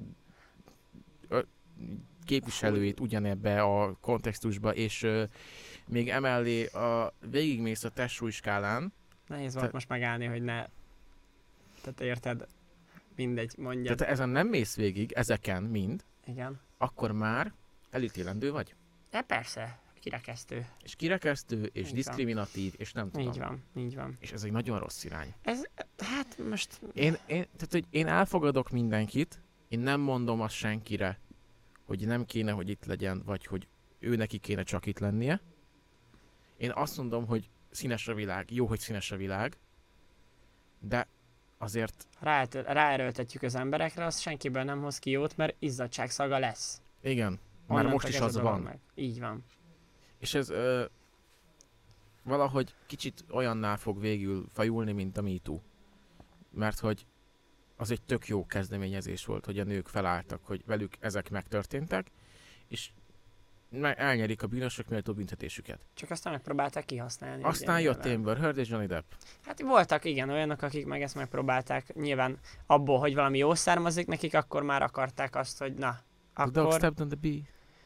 képviselőit ugyanebbe a kontextusba, és még emellé végigmész a testsúlyskálán. Nehéz volt most megállni, hogy ne... Tehát érted? Mindegy, mondjad. Tehát ezen nem mész végig, ezeken mind. Igen. Akkor már elítélendő vagy. De persze, kirekesztő. És kirekesztő, és Így diszkriminatív, és nem tudom. Így van. És ez egy nagyon rossz irány. Hát most... Tehát, hogy én elfogadok mindenkit, én nem mondom azt senkire, hogy nem kéne, hogy itt legyen, vagy hogy ő neki kéne csak itt lennie. Én azt mondom, hogy színes a világ, jó, hogy színes a világ, de azért... Ráerőltetjük az emberekre, az senkiből nem hoz ki jót, mert izzadságszaga lesz. Igen, már most is az van. Meg. Így van. És ez valahogy kicsit olyannál fog végül fajulni, mint a MeToo. Mert hogy az egy tök jó kezdeményezés volt, hogy a nők felálltak, hogy velük ezek megtörténtek, és elnyerik a bűnösök méltó büntetésüket. Csak aztán megpróbálták kihasználni. Aztán jött Amber Heard és Johnny Depp. Hát voltak igen olyanok, akik meg ezt megpróbálták. Nyilván abból, hogy valami jó származik nekik, akkor már akarták azt, hogy na, akkor... The dog stepped on the bee.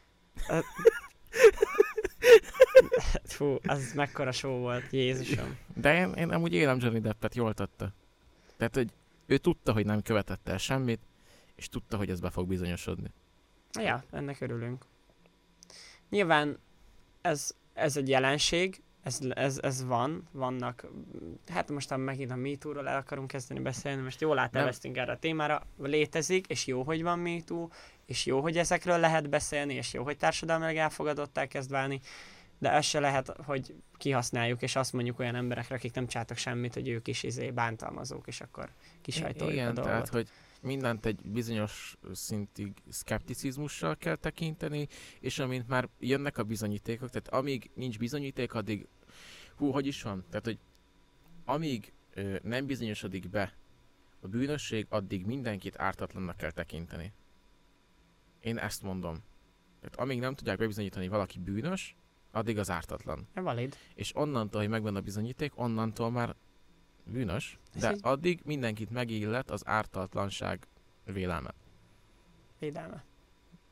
Fú, az mekkora show volt, Jézusom. De én amúgy élem Johnny Deppet, jól tette. Tehát, hogy ő tudta, hogy nem követett el semmit, és tudta, hogy ez be fog bizonyosodni. Ja, ennek örülünk. Nyilván ez egy jelenség, ez vannak, hát most megint a MeToo-ról el akarunk kezdeni beszélni, most jól áteveztünk erre a témára, létezik, és jó, hogy van MeToo, és jó, hogy ezekről lehet beszélni, és jó, hogy társadalmilag elfogadottá kezd válni, de ez se lehet, hogy kihasználjuk, és azt mondjuk olyan emberekre, akik nem csináltak semmit, hogy ők is bántalmazók, és akkor kisajtoljuk a dolgot. Tehát, hogy mindent egy bizonyos szintig szkepticizmussal kell tekinteni, és amint már jönnek a bizonyítékok, tehát amíg nincs bizonyíték, addig, hogy is van? Tehát, hogy amíg nem bizonyosodik be a bűnösség, addig mindenkit ártatlannak kell tekinteni. Én ezt mondom. Tehát amíg nem tudják bebizonyítani, valaki bűnös, addig az ártatlan. Valid. És onnantól, hogy megvan a bizonyíték, onnantól már bűnös, de addig mindenkit megillet az ártatlanság vélelme. Védelme.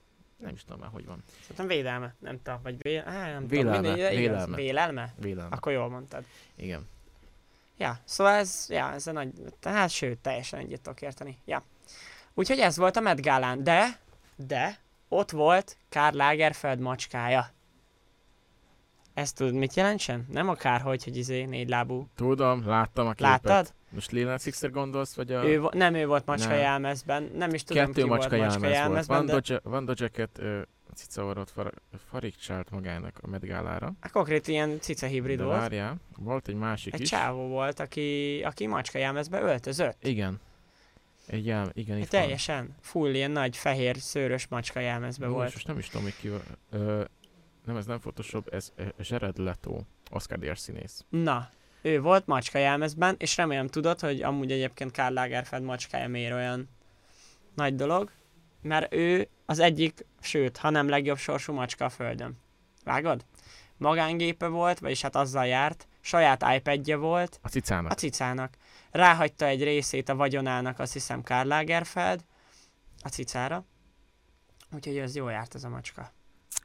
Nem is tudom már, hogy van. Szerintem védelme, nem tudom, vagy Vélelme. Akkor jól mondtad. Igen. Ja, szóval ez a nagy, tehát sőt, teljesen egyet tudok érteni. Ja. Úgyhogy ez volt a Met Gálán, de ott volt Karl Lagerfeld macskája. Ezt tudod, mit jelentsen? Nem akárhogy, hogy négylábú. Tudom, láttam a képet. Láttad? Most Lil Nas X-re gondolsz, vagy a... Nem ő volt macska jelmezben, nem is tudom, Kettő ki volt macska jelmezben, de... Van a Jacket cicavarot farigcsált magának a Met Gálára. Konkrét ilyen cica hibrid volt. Várjál, volt egy másik egy is. Egy csávó volt, aki macska jelmezbe öltözött. Igen. Igen, itt teljesen van. Full ilyen nagy fehér szőrös macska jelmezbe volt. Most nem is tudom, hogy ki nem, ez nem Photoshop, ez Jared Leto, Oscar Díjas színész. Na, ő volt macska jelmezben, és remélem tudod, hogy amúgy egyébként Karl Lagerfeld macskája miért olyan nagy dolog, mert ő az egyik, sőt, ha nem legjobb sorsú macska a földön. Vágod? Magángépe volt, vagyis hát azzal járt, saját iPadje volt. A cicának. Ráhagyta egy részét a vagyonának, azt hiszem, Karl Lagerfeld a cicára. Úgyhogy ez jól járt ez a macska.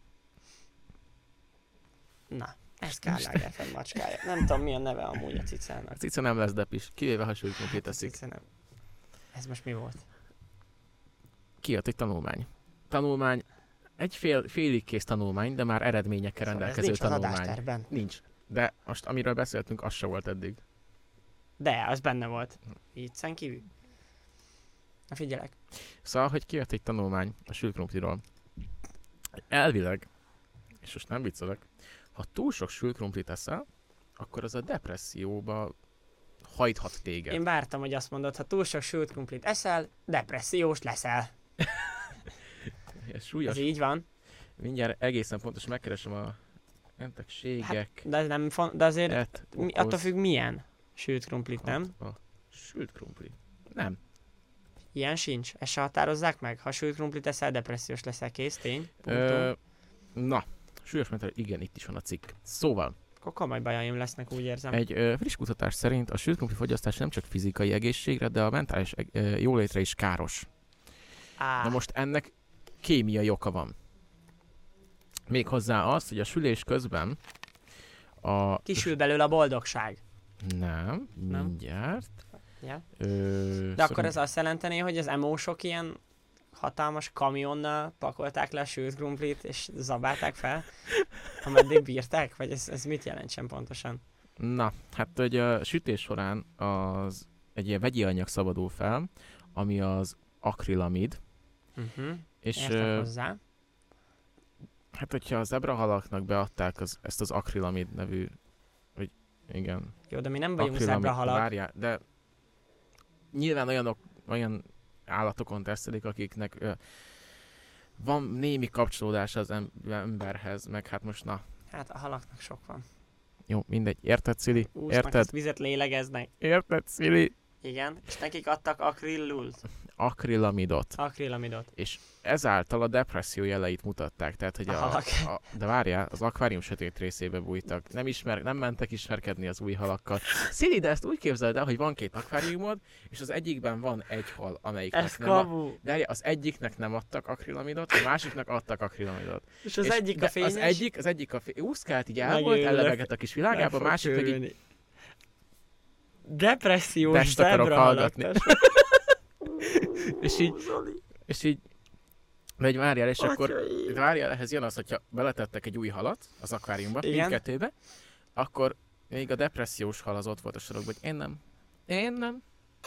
Na, ez Karl Lagerfeld macskája. Nem tudom, mi a neve amúgy a cicának. A cica nem lesz depis, kivéve hasonlóként teszik. Ez most mi volt? Kijött egy tanulmány. Egy félig kész tanulmány, de már eredményekkel rendelkező tanulmány. Nincs. De most amiről beszéltünk, az se volt eddig. De, az benne volt. Így kívül. Na figyelek. Szóval, hogy kijött egy tanulmány a sült krumpliról. Elvileg, és most nem viccelek, ha túl sok sült krumplit eszel, akkor az a depresszióba hajthat téged. Én vártam, hogy azt mondod, ha túl sok sült krumplit eszel, depressziós leszel. Ez súlyos. Ez így van. Mindjárt egészen pontosan megkeresem a betegségek. Hát, de azért attól függ milyen sült krumplit, nem? A sült krumpli. Nem. Ilyen sincs? Ezt se határozzák meg? Ha sült krumplit eszel, depressziós leszel, kész, tény? Na, súlyos mentális, igen, itt is van a cikk. Szóval. Akkor komoly bajaim lesznek, úgy érzem. Egy friss kutatás szerint a sült krumpli fogyasztás nem csak fizikai egészségre, de a mentális jólétre is káros. Na most ennek kémiai oka van. Méghozzá az, hogy a sülés közben kisül belőle a boldogság. Nem, mindjárt. Ja. De akkor ez azt jelenteni, hogy az emósok ilyen hatalmas kamionnal pakolták le a sült krumplit, és zabálták fel, ameddig bírták? Vagy ez mit jelentsen pontosan? Na, hát hogy a sütés során egy ilyen vegyi anyag szabadul fel, ami az akrilamid. És hozzá. Hát, hogyha a zebrahalaknak beadták ezt az akrilamid nevű, vagy igen. Jó, de mi nem vagyunk zebrahalak. Várjál, de nyilván olyan állatokon tesztelik, akiknek van némi kapcsolódása az emberhez, meg hát most na. Hát a halaknak sok van. Jó, mindegy. Érted, Cili? Úsznak, vizet lélegeznek. Érted, Cili? Igen, és nekik adtak akrilamidot. És ezáltal a depresszió jeleit mutatták. Tehát, hogy de várjál, az akvárium sötét részébe bújtak. Nem mentek ismerkedni az új halakkal. Szili, de ezt úgy képzeld el, hogy van két akváriumod, és az egyikben van egy hal, amelyiknek de az egyiknek nem adtak akrilamidot, a másiknak adtak akrilamidot. És az egyik a fényes? Az egyik úszkált, így el volt, ellebegett a kis világában, a másik meg így... Depressziós zebra és így megy várjál, és akkor várjál, ehhez jön az, hogyha beletettek egy új halat az akváriumba, mindkettőbe, akkor még a depressziós hal az ott volt a sarokban, hogy én nem.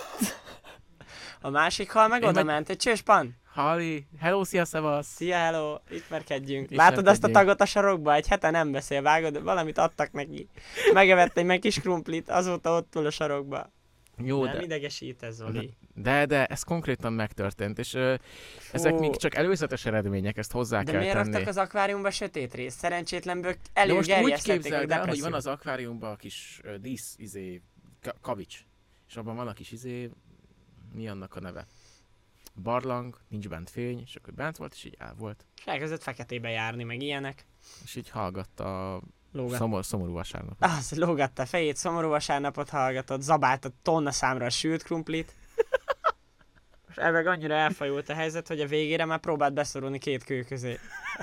A másik hal meg oda ment, egy csőspan. Hali, hello, szia, szevasz! Szia, hello, ismerkedjünk. Látod azt a tagot a sarokba? Egy hete nem beszél, vágod, valamit adtak neki. Megevett egy meg kis krumplit, azóta ott ül a sarokba. Jó, nem idegesít ez, Zoli. De ez konkrétan megtörtént, és ezek még csak előzetes eredmények, ezt hozzá kell tenni. De miért raktak az akváriumba sötét részt? Szerencsétlenből előgerjesztették a depressziót. Most úgy képzeld el, hogy van az akváriumban a kis dísz, kavics, és abban van a kis mi annak a neve? Barlang, nincs bent fény, és akkor bent volt, és így el volt. És elkezdett feketébe járni, meg ilyenek. És így hallgatta a szomorú vasárnapot. Az lógatta a fejét, szomorú vasárnapot hallgatott, zabálta tonna számra a sült krumplit. Most ebben annyira elfajult a helyzet, hogy a végére már próbált beszorulni 2 kő közé.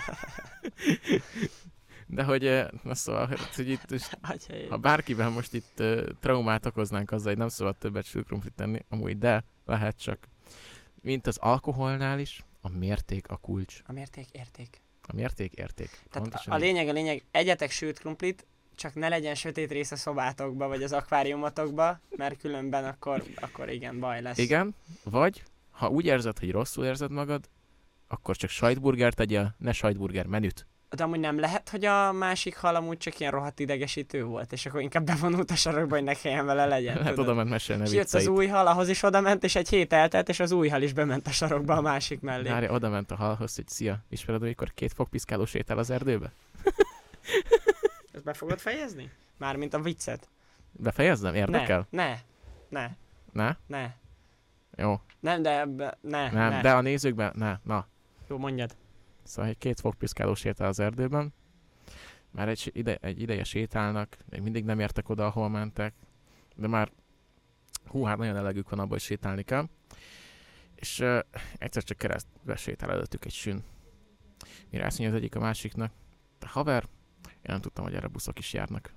De hogy, na szóval, hogy itt, ha bárkiben most itt traumát okoznánk azzal, hogy nem szabad többet sült krumplit tenni, amúgy de lehet, csak mint az alkoholnál is, a mérték a kulcs. A mérték érték. A mérték érték. Tehát a lényeg, egyetek sült krumplit, csak ne legyen sötét rész a szobátokba, vagy az akváriumotokba, mert különben akkor igen, baj lesz. Igen, vagy ha úgy érzed, hogy rosszul érzed magad, akkor csak sajtburgert tegyél, ne sajtburger menüt. De amúgy nem lehet, hogy a másik hal amúgy csak ilyen rohadt idegesítő volt, és akkor inkább bevonult a sarokba, hogy ne kelljen vele legyen. Hát oda ment mesélni vicceit. És jött az új hal, ahhoz is oda ment, és egy hét eltelt, és az új hal is bement a sarokba a másik mellé. Várja, oda ment a halhoz, hogy szia, ismered, amikor 2 fogpiszkáló sétál az erdőbe? Ezt be fogod fejezni? Mármint a viccet. Befejezzem? Érdekel? Ne. Jó. Nem, de ne. De a nézőkben, na. Jó, mondjad. Szóval 2 fogpiszkáló sétál az erdőben. Már egy ideje sétálnak, még mindig nem értek oda, ahol mentek. De már, hát nagyon elegük van abban, hogy sétálni kell. És egyszer csak keresztbe sétál előttük egy sün. Mire azt mondja az egyik a másiknak, de haver, én nem tudtam, hogy erre buszok is járnak.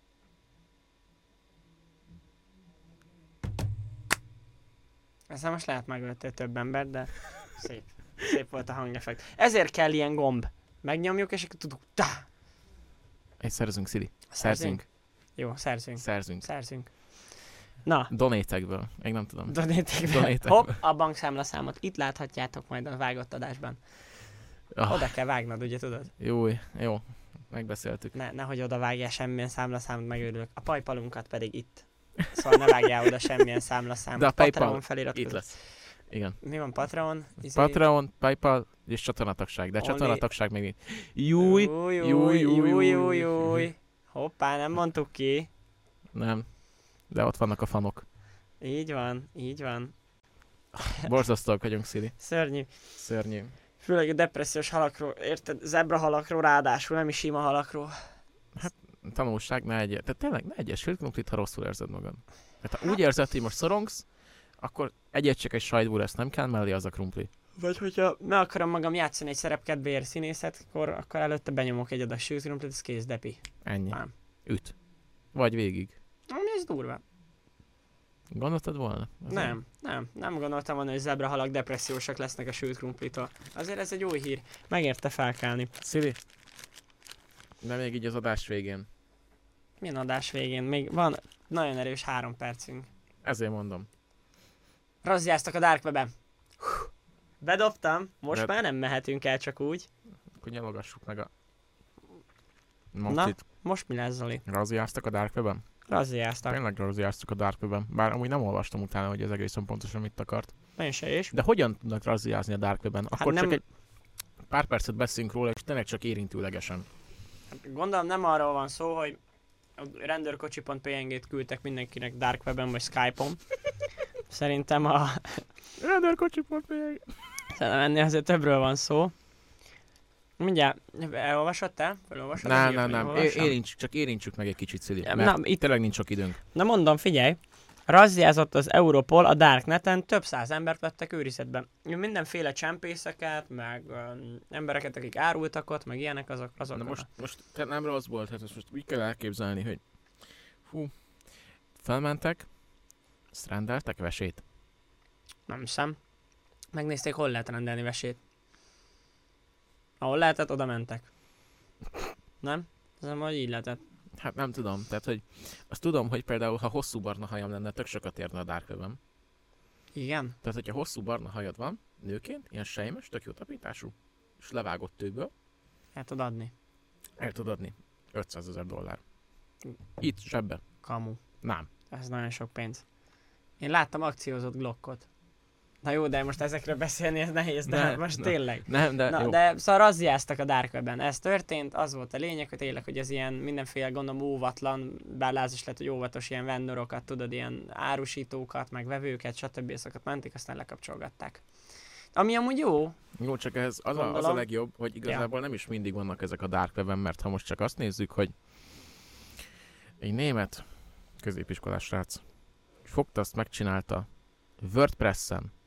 Ezzel most lehet megöltél több embert, de szép volt a hangeffekt. Ezért kell ilyen gomb. Megnyomjuk, és akkor tudunk. Szerzünk, Szili. Szerzünk. Jó, szerzünk. Na. Donétekből. Még nem tudom. Donétekből. Hopp, a bankszámlaszámot. Itt láthatjátok majd a vágott adásban. Oda kell vágnod, ugye tudod? Jó. Megbeszéltük. Nehogy oda vágjál semmilyen számlaszámot, megőrülök. A paypalunkat pedig itt. Szóval ne vágjál oda semmilyen számlaszámot. De a Patreon felirat itt lesz. Igen. Mi van Patreon? Patreon, Paypal és csatornatagság. De csatornatagság még Júj. Hoppá, nem mondtuk ki. Nem. De ott vannak a fanok. Így van. Borzasztóak vagyunk, Szili. Szörnyű. Főleg a depressziós halakról, érted? Zebra halakról, ráadásul nem is sima halakról. Hát tanulság, tehát tényleg ne egyes sült krumplit, ha rosszul érzed magad. Tehát ha úgy érzed, hogy most szorongsz, akkor csak egy sajtburger, nem kell mellé az a krumpli. Vagy hogyha meg akarom magam játszani egy szerepkedvéért színészet, akkor előtte benyomok egy adag sült krumplit, ez kész, depi. Ennyi. Üt. Vagy végig. Ami ez durva. Gondoltad volna? Nem gondoltam volna, hogy zebrahalak depressziósak lesznek a sült krumplitól. Azért ez egy új hír. Megérte felkelni. Szili, de még így az adás végén. Milyen adás végén? Még van nagyon erős 3 percünk. Ezért mondom. Razziáztak a Dark Web-en. Bedobtam, most már nem mehetünk el csak úgy. Akkor nyalogassuk meg a... Most mi lesz, Zoli? Razziáztak a Dark Web-en? Razziáztak. Tényleg razziáztak a Dark Web-en. Bár amúgy nem olvastam utána, hogy ez egészen pontosan mit akart. Én se is. De hogyan tudnak razziázni a Dark Web-en? Akkor nem... csak egy pár percet beszélünk róla, és tényleg csak érintőlegesen. Gondolom nem arról van szó, hogy a rendőrkocsi.png-t küldtek mindenkinek Dark Web-en vagy Skype-on. Szerintem a... rendőrkocsi.png. Szerintem ennél azért többről van szó. Mindjárt, elolvasod te? Nem. Érintsük meg egy kicsit, Szili, mert itt tényleg nincs sok időnk. Na mondom, figyelj! Razziázott az Europol a Darkneten, több 100 embert vettek őrizetbe. Mindenféle csempészeket, meg embereket, akik árultak ott, meg ilyenek azok. Na most nem rossz volt, hát most úgy kell elképzelni, hogy felmentek, azt rendeltek vesét. Nem hiszem. Megnézték, hol lehet rendelni vesét. Ahol lehetett, oda mentek. Nem? Ez nem, hogy így lehetett. Hát nem tudom, tehát hogy azt tudom, hogy például ha hosszú barna hajam lenne, tök sokat érne a Dark Web-en. Igen? Tehát hogyha hosszú barna hajad van, nőként, ilyen sejmes, tök jó tapintású, és levágott tőből. El tudod adni. El tudod adni. $500,000. Itt, zsebbe. Kamu. Nem. Ez nagyon sok pénz. Én láttam akciózott Glockot. Na jó, de most ezekről beszélni ez nehéz, de most tényleg. De szóval razziáztak a Dark Web-en. Ez történt, az volt a lényeg, hogy tényleg, hogy az ilyen mindenféle gondolom óvatlan, bár lázas lett, hogy óvatos ilyen vendorokat, tudod, ilyen árusítókat, meg vevőket, stb. Szokat mentik, aztán lekapcsolgatták. Ami amúgy jó. Jó, csak ez az a legjobb, hogy igazából nem is mindig vannak ezek a Dark Web-en, mert ha most csak azt nézzük, hogy egy német középiskolás srác fogta, azt megcsinálta WordPress-en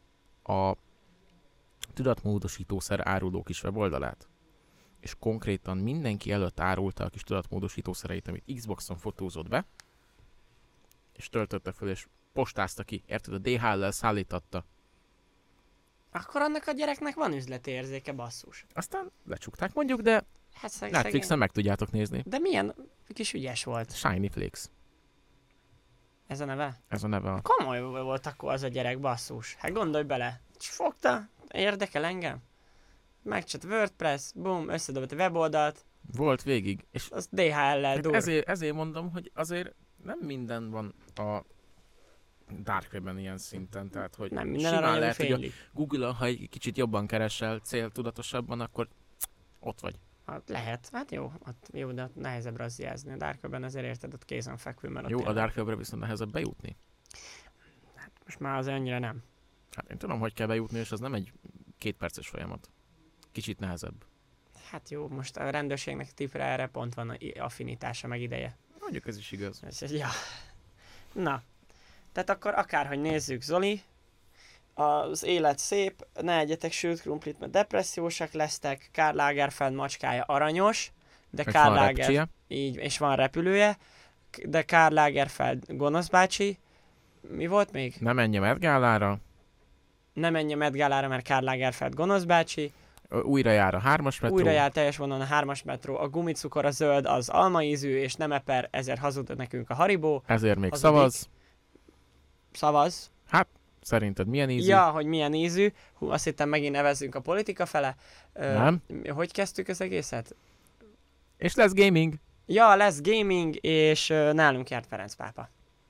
a tudatmódosítószer áruló kis weboldalát, és konkrétan mindenki előtt árulta a kis tudatmódosítószereit, amit Xboxon fotózott be, és töltötte föl, és postázta ki, érted? A DHL-lel szállítatta. Akkor annak a gyereknek van üzleti érzéke, basszus. Aztán lecsukták mondjuk, de Hát Netflixen meg tudjátok nézni. De milyen kis ügyes volt. Shiny Flakes. Ez a neve? Ez a neve. Komoly volt akkor az a gyerek, basszus. Hát gondolj bele. És fogta, érdekel engem. Megcsinált WordPress, boom, összedobott a weboldalt. Volt végig. És az DHL-lel dur. Ezért mondom, hogy azért nem minden van a Dark Web-en ilyen szinten, tehát hogy nem minden simán lehet, fénylik. hogy a Google-on, ha egy kicsit jobban keresel céltudatosabban, akkor ott vagy. Hát lehet, hát jó, de ott nehezebb razziázni. A Dark Web-en azért érted, ott kézen fekvő, mert jó, ott a Dark Web-re viszont nehezebb bejutni. Hát most már azért annyira nem. Hát én tudom, hogy kell bejutni, és az nem egy 2 perces folyamat. Kicsit nehezebb. Hát jó, most a rendőrségnek tipre erre pont van affinitása, meg ideje. Mondjuk ez is igaz. Ja. Na, tehát akkor akárhogy nézzük, Zoli, az élet szép, ne egyetek sült krumplit, mert depressziósak lesztek, Karl Lagerfeld macskája aranyos, de Karl Lagerfeld, így, és van repülője, de Karl Lagerfeld gonosz bácsi. Mi volt még? Ne menj a Met Gálára. Ne menj a Met Gálára, mert Karl Lagerfeld gonosz bácsi. Újra jár a 3-as metró. Újra jár teljes vonalon a 3-as metró, a gumicukor a zöld, az almaízű és nem eper, ezért hazudott nekünk a Haribo. Ezért még szavaz. Szavaz. Hát, szerinted milyen ízű? Ja, hogy milyen ízű. Hú, azt hittem megint nevezzünk a politika fele. Nem. Hogy kezdtük az egészet? És lesz gaming. Ja, lesz gaming, és nálunk járt Ferenc pápa.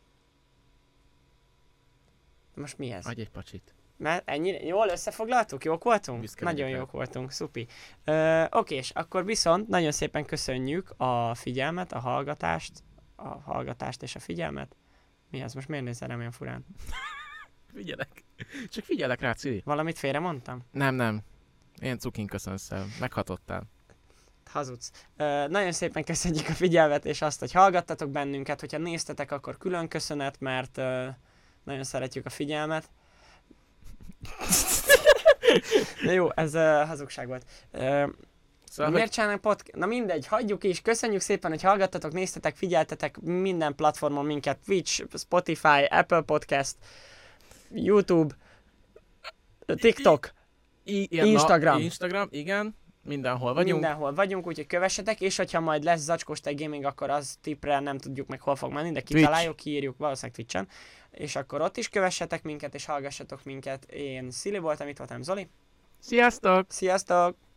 Most mi ez? Adj egy pacsit. Mert ennyire jól összefoglaltuk? Jók voltunk? Büszke Nagyon vagyok jók voltunk, szupi. Oké, és akkor viszont nagyon szépen köszönjük a figyelmet, a hallgatást és a figyelmet. Mi az? Most miért nézel rám olyan furán? Figyelek. Csak figyelek rá, Cili. Valamit félre mondtam? Nem. Én cukin köszönszel. Meghatottál. Hazudsz. Nagyon szépen köszönjük a figyelmet, és azt, hogy hallgattatok bennünket. Hogyha néztetek, akkor külön köszönet, mert nagyon szeretjük a figyelmet. Na jó, ez hazugság volt. Szóval miért csinálnak podcast? Na mindegy, hagyjuk is. Köszönjük szépen, hogy hallgattatok, néztetek, figyeltetek minden platformon minket. Twitch, Spotify, Apple Podcast, YouTube, TikTok, Instagram. Instagram, igen. Mindenhol vagyunk. Mindenhol vagyunk, úgyhogy kövessetek, és hogyha majd lesz Zacskós Tej Gaming, akkor az tippre nem tudjuk meg hol fog menni, de kitaláljuk, kiírjuk, valószínűleg Twitchen. És akkor ott is kövessetek minket, és hallgassatok minket. Én Szili voltam, itt voltam Zoli. Sziasztok! Sziasztok!